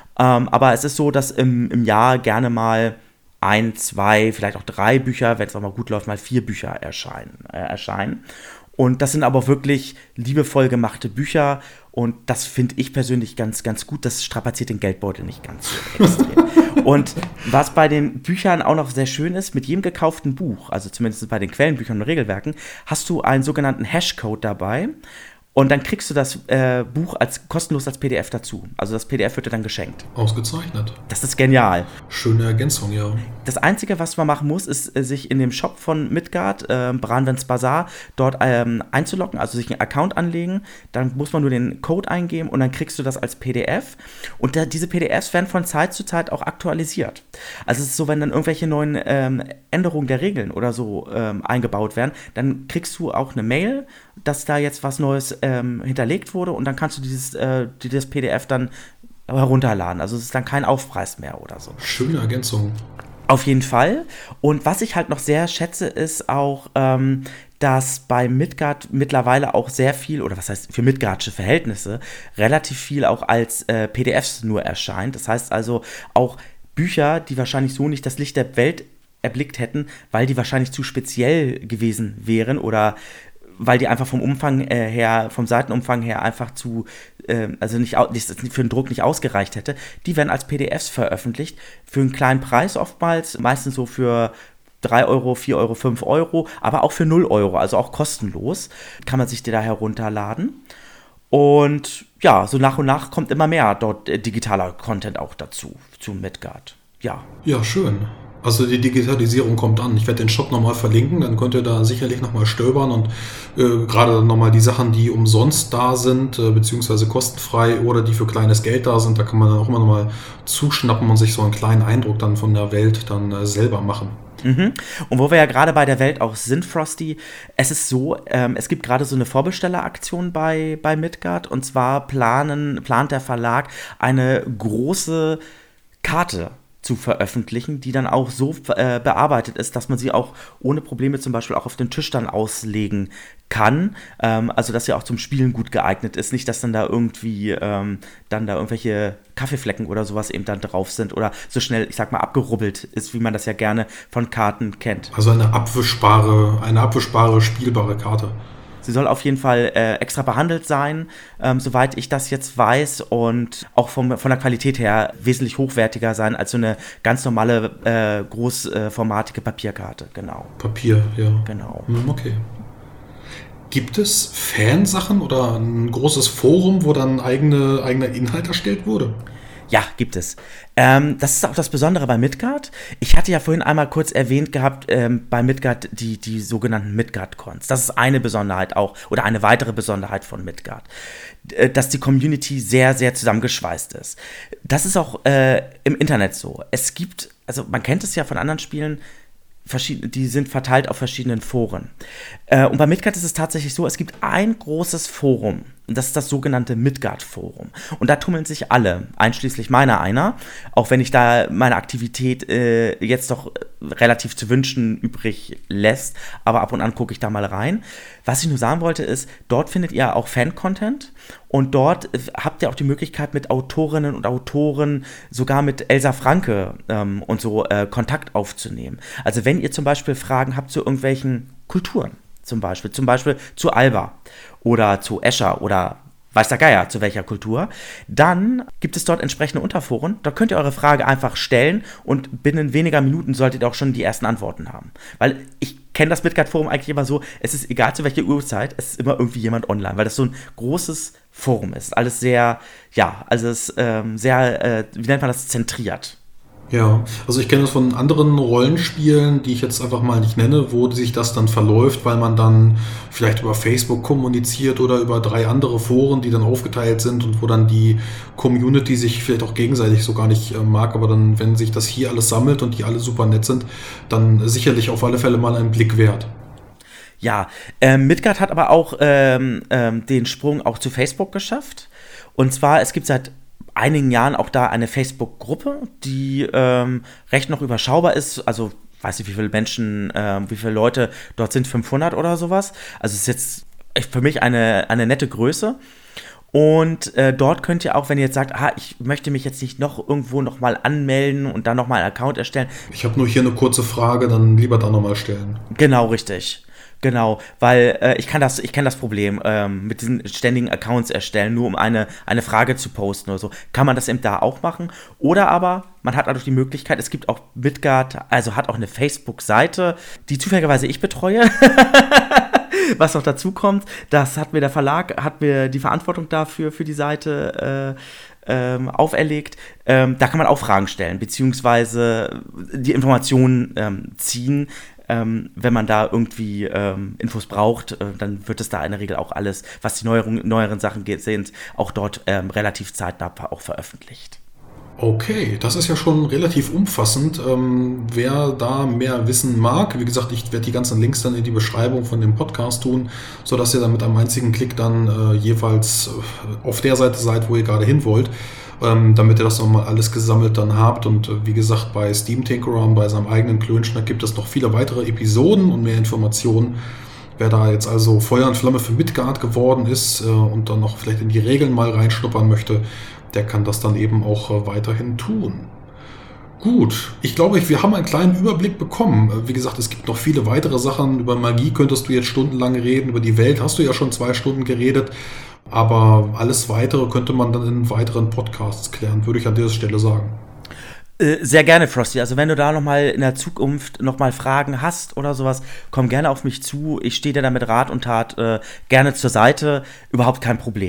Aber es ist so, dass im Jahr gerne mal 1, 2, vielleicht auch 3 Bücher, wenn es auch mal gut läuft, mal 4 Bücher erscheinen. Und das sind aber wirklich liebevoll gemachte Bücher und das finde ich persönlich ganz, ganz gut. Das strapaziert den Geldbeutel nicht ganz so extrem. Und was bei den Büchern auch noch sehr schön ist, mit jedem gekauften Buch, also zumindest bei den Quellenbüchern und Regelwerken, hast du einen sogenannten Hashcode dabei. Und dann kriegst du das Buch kostenlos als PDF dazu. Also das PDF wird dir dann geschenkt. Ausgezeichnet. Das ist genial. Schöne Ergänzung, ja. Das Einzige, was man machen muss, ist, sich in dem Shop von Midgard, Branwens Bazaar, dort einzuloggen, also sich einen Account anlegen. Dann muss man nur den Code eingeben und dann kriegst du das als PDF. Und diese PDFs werden von Zeit zu Zeit auch aktualisiert. Also es ist so, wenn dann irgendwelche neuen Änderungen der Regeln oder so eingebaut werden, dann kriegst du auch eine Mail, dass da jetzt was Neues hinterlegt wurde und dann kannst du dieses PDF dann herunterladen. Also es ist dann kein Aufpreis mehr oder so. Schöne Ergänzung. Auf jeden Fall. Und was ich halt noch sehr schätze, ist auch, dass bei Midgard mittlerweile auch sehr viel, oder was heißt für Midgardsche Verhältnisse, relativ viel auch als PDFs nur erscheint. Das heißt also auch Bücher, die wahrscheinlich so nicht das Licht der Welt erblickt hätten, weil die wahrscheinlich zu speziell gewesen wären oder weil die einfach vom Umfang her, vom Seitenumfang her einfach also nicht für den Druck nicht ausgereicht hätte, die werden als PDFs veröffentlicht, für einen kleinen Preis oftmals, meistens so für 3 Euro, 4 Euro, 5 Euro, aber auch für 0 Euro, also auch kostenlos, kann man sich die da herunterladen. Und ja, so nach und nach kommt immer mehr dort digitaler Content auch dazu, zu Midgard. Ja. Ja, schön. Also die Digitalisierung kommt an. Ich werde den Shop nochmal verlinken, dann könnt ihr da sicherlich nochmal stöbern und gerade nochmal die Sachen, die umsonst da sind, beziehungsweise kostenfrei oder die für kleines Geld da sind, da kann man dann auch immer nochmal zuschnappen und sich so einen kleinen Eindruck dann von der Welt dann selber machen. Mhm. Und wo wir ja gerade bei der Welt auch sind, Frosty, es ist so, es gibt gerade so eine Vorbestelleraktion bei Midgard, und zwar plant der Verlag eine große Karte zu veröffentlichen, die dann auch so bearbeitet ist, dass man sie auch ohne Probleme zum Beispiel auch auf den Tisch dann auslegen kann, also dass sie auch zum Spielen gut geeignet ist, nicht, dass dann da irgendwie irgendwelche Kaffeeflecken oder sowas eben dann drauf sind oder so schnell, ich sag mal, abgerubbelt ist, wie man das ja gerne von Karten kennt. Also eine abwischbare, spielbare Karte. Sie soll auf jeden Fall extra behandelt sein, soweit ich das jetzt weiß, und auch von der Qualität her wesentlich hochwertiger sein als so eine ganz normale großformatige Papierkarte, genau. Papier, ja. Genau. Okay. Gibt es Fansachen oder ein großes Forum, wo dann eigener Inhalt erstellt wurde? Ja, gibt es. Das ist auch das Besondere bei Midgard. Ich hatte ja vorhin einmal kurz erwähnt gehabt, bei Midgard die sogenannten Midgard-Cons. Das ist eine Besonderheit auch, oder eine weitere Besonderheit von Midgard, dass die Community sehr, sehr zusammengeschweißt ist. Das ist auch im Internet so. Es gibt, also man kennt es ja von anderen Spielen, die sind verteilt auf verschiedenen Foren. Und bei Midgard ist es tatsächlich so, es gibt ein großes Forum. Und das ist das sogenannte Midgard-Forum. Und da tummeln sich alle, einschließlich meiner einer. Auch wenn ich da meine Aktivität jetzt doch relativ zu wünschen übrig lässt. Aber ab und an gucke ich da mal rein. Was ich nur sagen wollte ist, dort findet ihr auch Fan-Content. Und dort habt ihr auch die Möglichkeit, mit Autorinnen und Autoren, sogar mit Elsa Franke und so Kontakt aufzunehmen. Also wenn ihr zum Beispiel Fragen habt zu irgendwelchen Kulturen, zum Beispiel zu Alba oder zu Escher oder weiß der Geier zu welcher Kultur, dann gibt es dort entsprechende Unterforen. Da könnt ihr eure Frage einfach stellen und binnen weniger Minuten solltet ihr auch schon die ersten Antworten haben. Weil ich kenne das Midgard-Forum eigentlich immer so, es ist egal zu welcher Uhrzeit, es ist immer irgendwie jemand online, weil das so ein großes Forum ist. Alles sehr, ja, also es ist sehr, wie nennt man das, zentriert. Ja, also ich kenne das von anderen Rollenspielen, die ich jetzt einfach mal nicht nenne, wo sich das dann verläuft, weil man dann vielleicht über Facebook kommuniziert oder über 3 andere Foren, die dann aufgeteilt sind und wo dann die Community sich vielleicht auch gegenseitig so gar nicht mag, aber dann, wenn sich das hier alles sammelt und die alle super nett sind, dann sicherlich auf alle Fälle mal einen Blick wert. Ja, Midgard hat aber auch den Sprung auch zu Facebook geschafft. Und zwar, es gibt seit einigen Jahren auch da eine Facebook-Gruppe, die recht noch überschaubar ist. Also, weiß nicht, wie viele Menschen, wie viele Leute dort sind, 500 oder sowas. Also, es ist jetzt für mich eine nette Größe. Und dort könnt ihr auch, wenn ihr jetzt sagt, ich möchte mich jetzt nicht irgendwo noch mal anmelden und dann noch mal einen Account erstellen. Ich habe nur hier eine kurze Frage, dann lieber da noch mal stellen. Genau, richtig. Genau, weil ich kenne das Problem mit diesen ständigen Accounts erstellen, nur um eine Frage zu posten oder so. Kann man das eben da auch machen? Oder aber man hat dadurch die Möglichkeit, es gibt auch Midgard, also hat auch eine Facebook-Seite, die zufälligerweise ich betreue. Was noch dazu kommt, das hat mir der Verlag, hat mir die Verantwortung dafür für die Seite auferlegt. Da kann man auch Fragen stellen, beziehungsweise die Informationen ziehen. Wenn man da irgendwie Infos braucht, dann wird es da in der Regel auch alles, was die neueren Sachen sind, auch dort relativ zeitnah auch veröffentlicht. Okay, das ist ja schon relativ umfassend. Wer da mehr wissen mag, wie gesagt, ich werde die ganzen Links dann in die Beschreibung von dem Podcast tun, sodass ihr dann mit einem einzigen Klick dann jeweils auf der Seite seid, wo ihr gerade hin wollt, damit ihr das nochmal alles gesammelt dann habt. Und wie gesagt, bei Steam Tinkerer, bei seinem eigenen Klönschnack gibt es noch viele weitere Episoden und mehr Informationen. Wer da jetzt also Feuer und Flamme für Midgard geworden ist und dann noch vielleicht in die Regeln mal reinschnuppern möchte, der kann das dann eben auch weiterhin tun. Gut, ich glaube, wir haben einen kleinen Überblick bekommen. Wie gesagt, es gibt noch viele weitere Sachen. Über Magie könntest du jetzt stundenlang reden. Über die Welt hast du ja schon 2 Stunden geredet. Aber alles Weitere könnte man dann in weiteren Podcasts klären, würde ich an dieser Stelle sagen. Sehr gerne, Frosty. Also wenn du da nochmal in der Zukunft nochmal Fragen hast oder sowas, komm gerne auf mich zu. Ich stehe dir da mit Rat und Tat gerne zur Seite. Überhaupt kein Problem.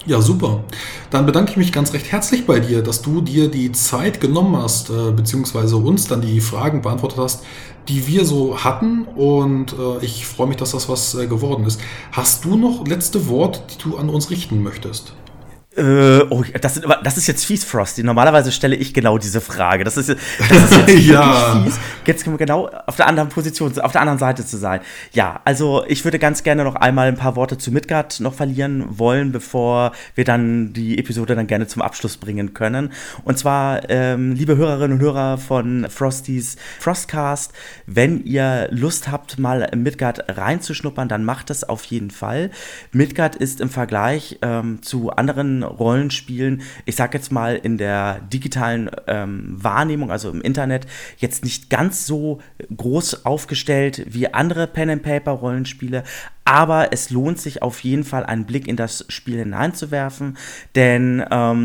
Ja, super. Dann bedanke ich mich ganz recht herzlich bei dir, dass du dir die Zeit genommen hast, beziehungsweise uns dann die Fragen beantwortet hast, die wir so hatten. Und ich freue mich, dass das was geworden ist. Hast du noch letzte Worte, die du an uns richten möchtest? Das ist jetzt fies, Frosty. Normalerweise stelle ich genau diese Frage. Das ist jetzt wirklich Ja. fies. Jetzt können wir genau auf der anderen Position, auf der anderen Seite zu sein. Ja, also ich würde ganz gerne noch einmal ein paar Worte zu Midgard noch verlieren wollen, bevor wir dann die Episode dann gerne zum Abschluss bringen können. Und zwar, liebe Hörerinnen und Hörer von Frostys Frostcast, wenn ihr Lust habt, mal in Midgard reinzuschnuppern, dann macht es auf jeden Fall. Midgard ist im Vergleich zu anderen Rollenspielen, ich sag jetzt mal in der digitalen Wahrnehmung, also im Internet, jetzt nicht ganz so groß aufgestellt wie andere Pen-and-Paper-Rollenspiele, aber es lohnt sich auf jeden Fall, einen Blick in das Spiel hineinzuwerfen, denn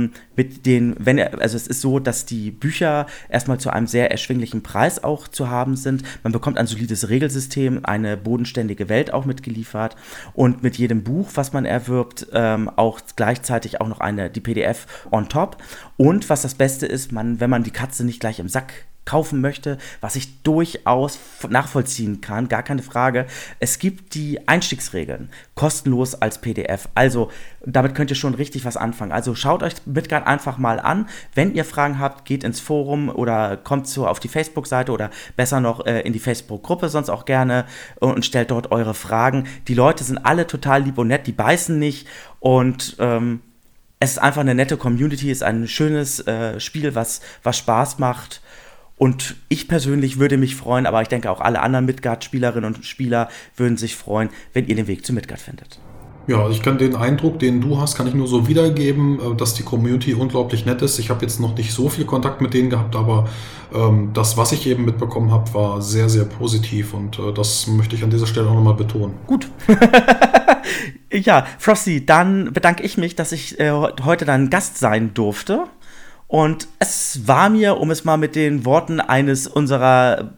es ist so, dass die Bücher erstmal zu einem sehr erschwinglichen Preis auch zu haben sind. Man bekommt ein solides Regelsystem, eine bodenständige Welt auch mitgeliefert und mit jedem Buch, was man erwirbt, auch gleichzeitig auch noch die PDF on top. Und was das Beste ist, wenn man die Katze nicht gleich im Sack kaufen möchte, was ich durchaus nachvollziehen kann, gar keine Frage. Es gibt die Einstiegsregeln, kostenlos als PDF. Also, damit könnt ihr schon richtig was anfangen. Also, schaut euch Midgard einfach mal an. Wenn ihr Fragen habt, geht ins Forum oder kommt auf die Facebook-Seite oder besser noch in die Facebook-Gruppe, sonst auch gerne und stellt dort eure Fragen. Die Leute sind alle total lieb und nett, die beißen nicht und es ist einfach eine nette Community, ist ein schönes Spiel, was Spaß macht. Und ich persönlich würde mich freuen, aber ich denke auch alle anderen Midgard-Spielerinnen und Spieler würden sich freuen, wenn ihr den Weg zu Midgard findet. Ja, ich kann den Eindruck, den du hast, kann ich nur so wiedergeben, dass die Community unglaublich nett ist. Ich habe jetzt noch nicht so viel Kontakt mit denen gehabt, aber das, was ich eben mitbekommen habe, war sehr, sehr positiv und das möchte ich an dieser Stelle auch nochmal betonen. Gut. Ja, Frosty, dann bedanke ich mich, dass ich heute dein Gast sein durfte. Und es war mir, um es mal mit den Worten eines unserer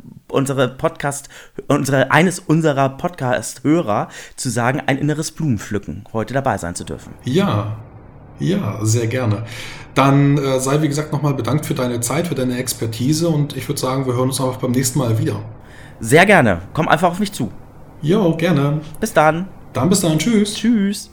Podcast-Hörer zu sagen, ein inneres Blumenpflücken, heute dabei sein zu dürfen. Ja, sehr gerne. Dann sei, wie gesagt, nochmal bedankt für deine Zeit, für deine Expertise und ich würde sagen, wir hören uns einfach beim nächsten Mal wieder. Sehr gerne. Komm einfach auf mich zu. Jo, gerne. Bis dann. Dann bis dann. Tschüss. Tschüss.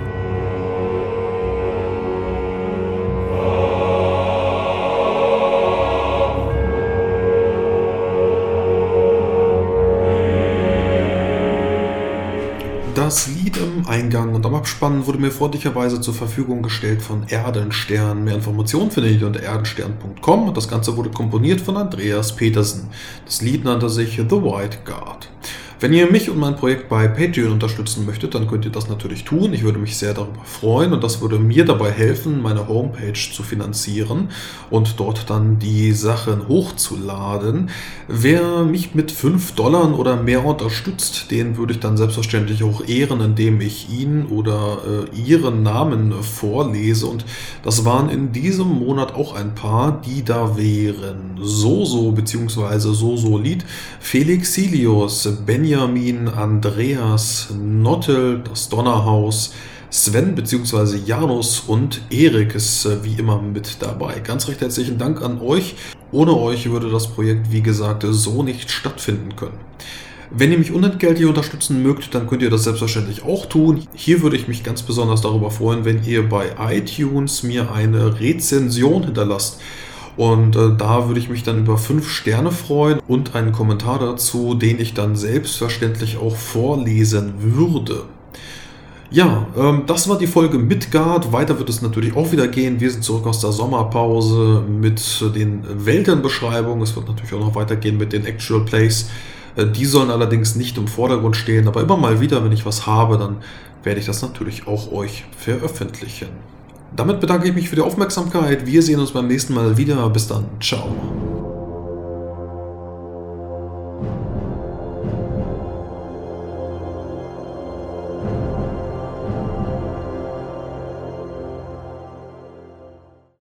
Das Lied im Eingang und am Abspann wurde mir freundlicherweise zur Verfügung gestellt von Erdenstern. Mehr Informationen findet ihr unter erdenstern.com und das Ganze wurde komponiert von Andreas Petersen. Das Lied nannte sich The White Guard. Wenn ihr mich und mein Projekt bei Patreon unterstützen möchtet, dann könnt ihr das natürlich tun. Ich würde mich sehr darüber freuen und das würde mir dabei helfen, meine Homepage zu finanzieren und dort dann die Sachen hochzuladen. Wer mich mit $5 oder mehr unterstützt, den würde ich dann selbstverständlich auch ehren, indem ich ihn oder ihren Namen vorlese. Und das waren in diesem Monat auch ein paar, die da wären. Soso bzw. Soso-Lied, Felix Silius, Benjamin, Andreas, Nottel, das Donnerhaus, Sven bzw. Janus und Erik ist wie immer mit dabei. Ganz recht herzlichen Dank an euch. Ohne euch würde das Projekt, wie gesagt, so nicht stattfinden können. Wenn ihr mich unentgeltlich unterstützen mögt, dann könnt ihr das selbstverständlich auch tun. Hier würde ich mich ganz besonders darüber freuen, wenn ihr bei iTunes mir eine Rezension hinterlasst. Und da würde ich mich dann über 5 Sterne freuen und einen Kommentar dazu, den ich dann selbstverständlich auch vorlesen würde. Ja, das war die Folge Midgard. Weiter wird es natürlich auch wieder gehen. Wir sind zurück aus der Sommerpause mit den Weltenbeschreibungen. Es wird natürlich auch noch weitergehen mit den Actual Plays. Die sollen allerdings nicht im Vordergrund stehen, aber immer mal wieder, wenn ich was habe, dann werde ich das natürlich auch euch veröffentlichen. Damit bedanke ich mich für die Aufmerksamkeit. Wir sehen uns beim nächsten Mal wieder. Bis dann. Ciao.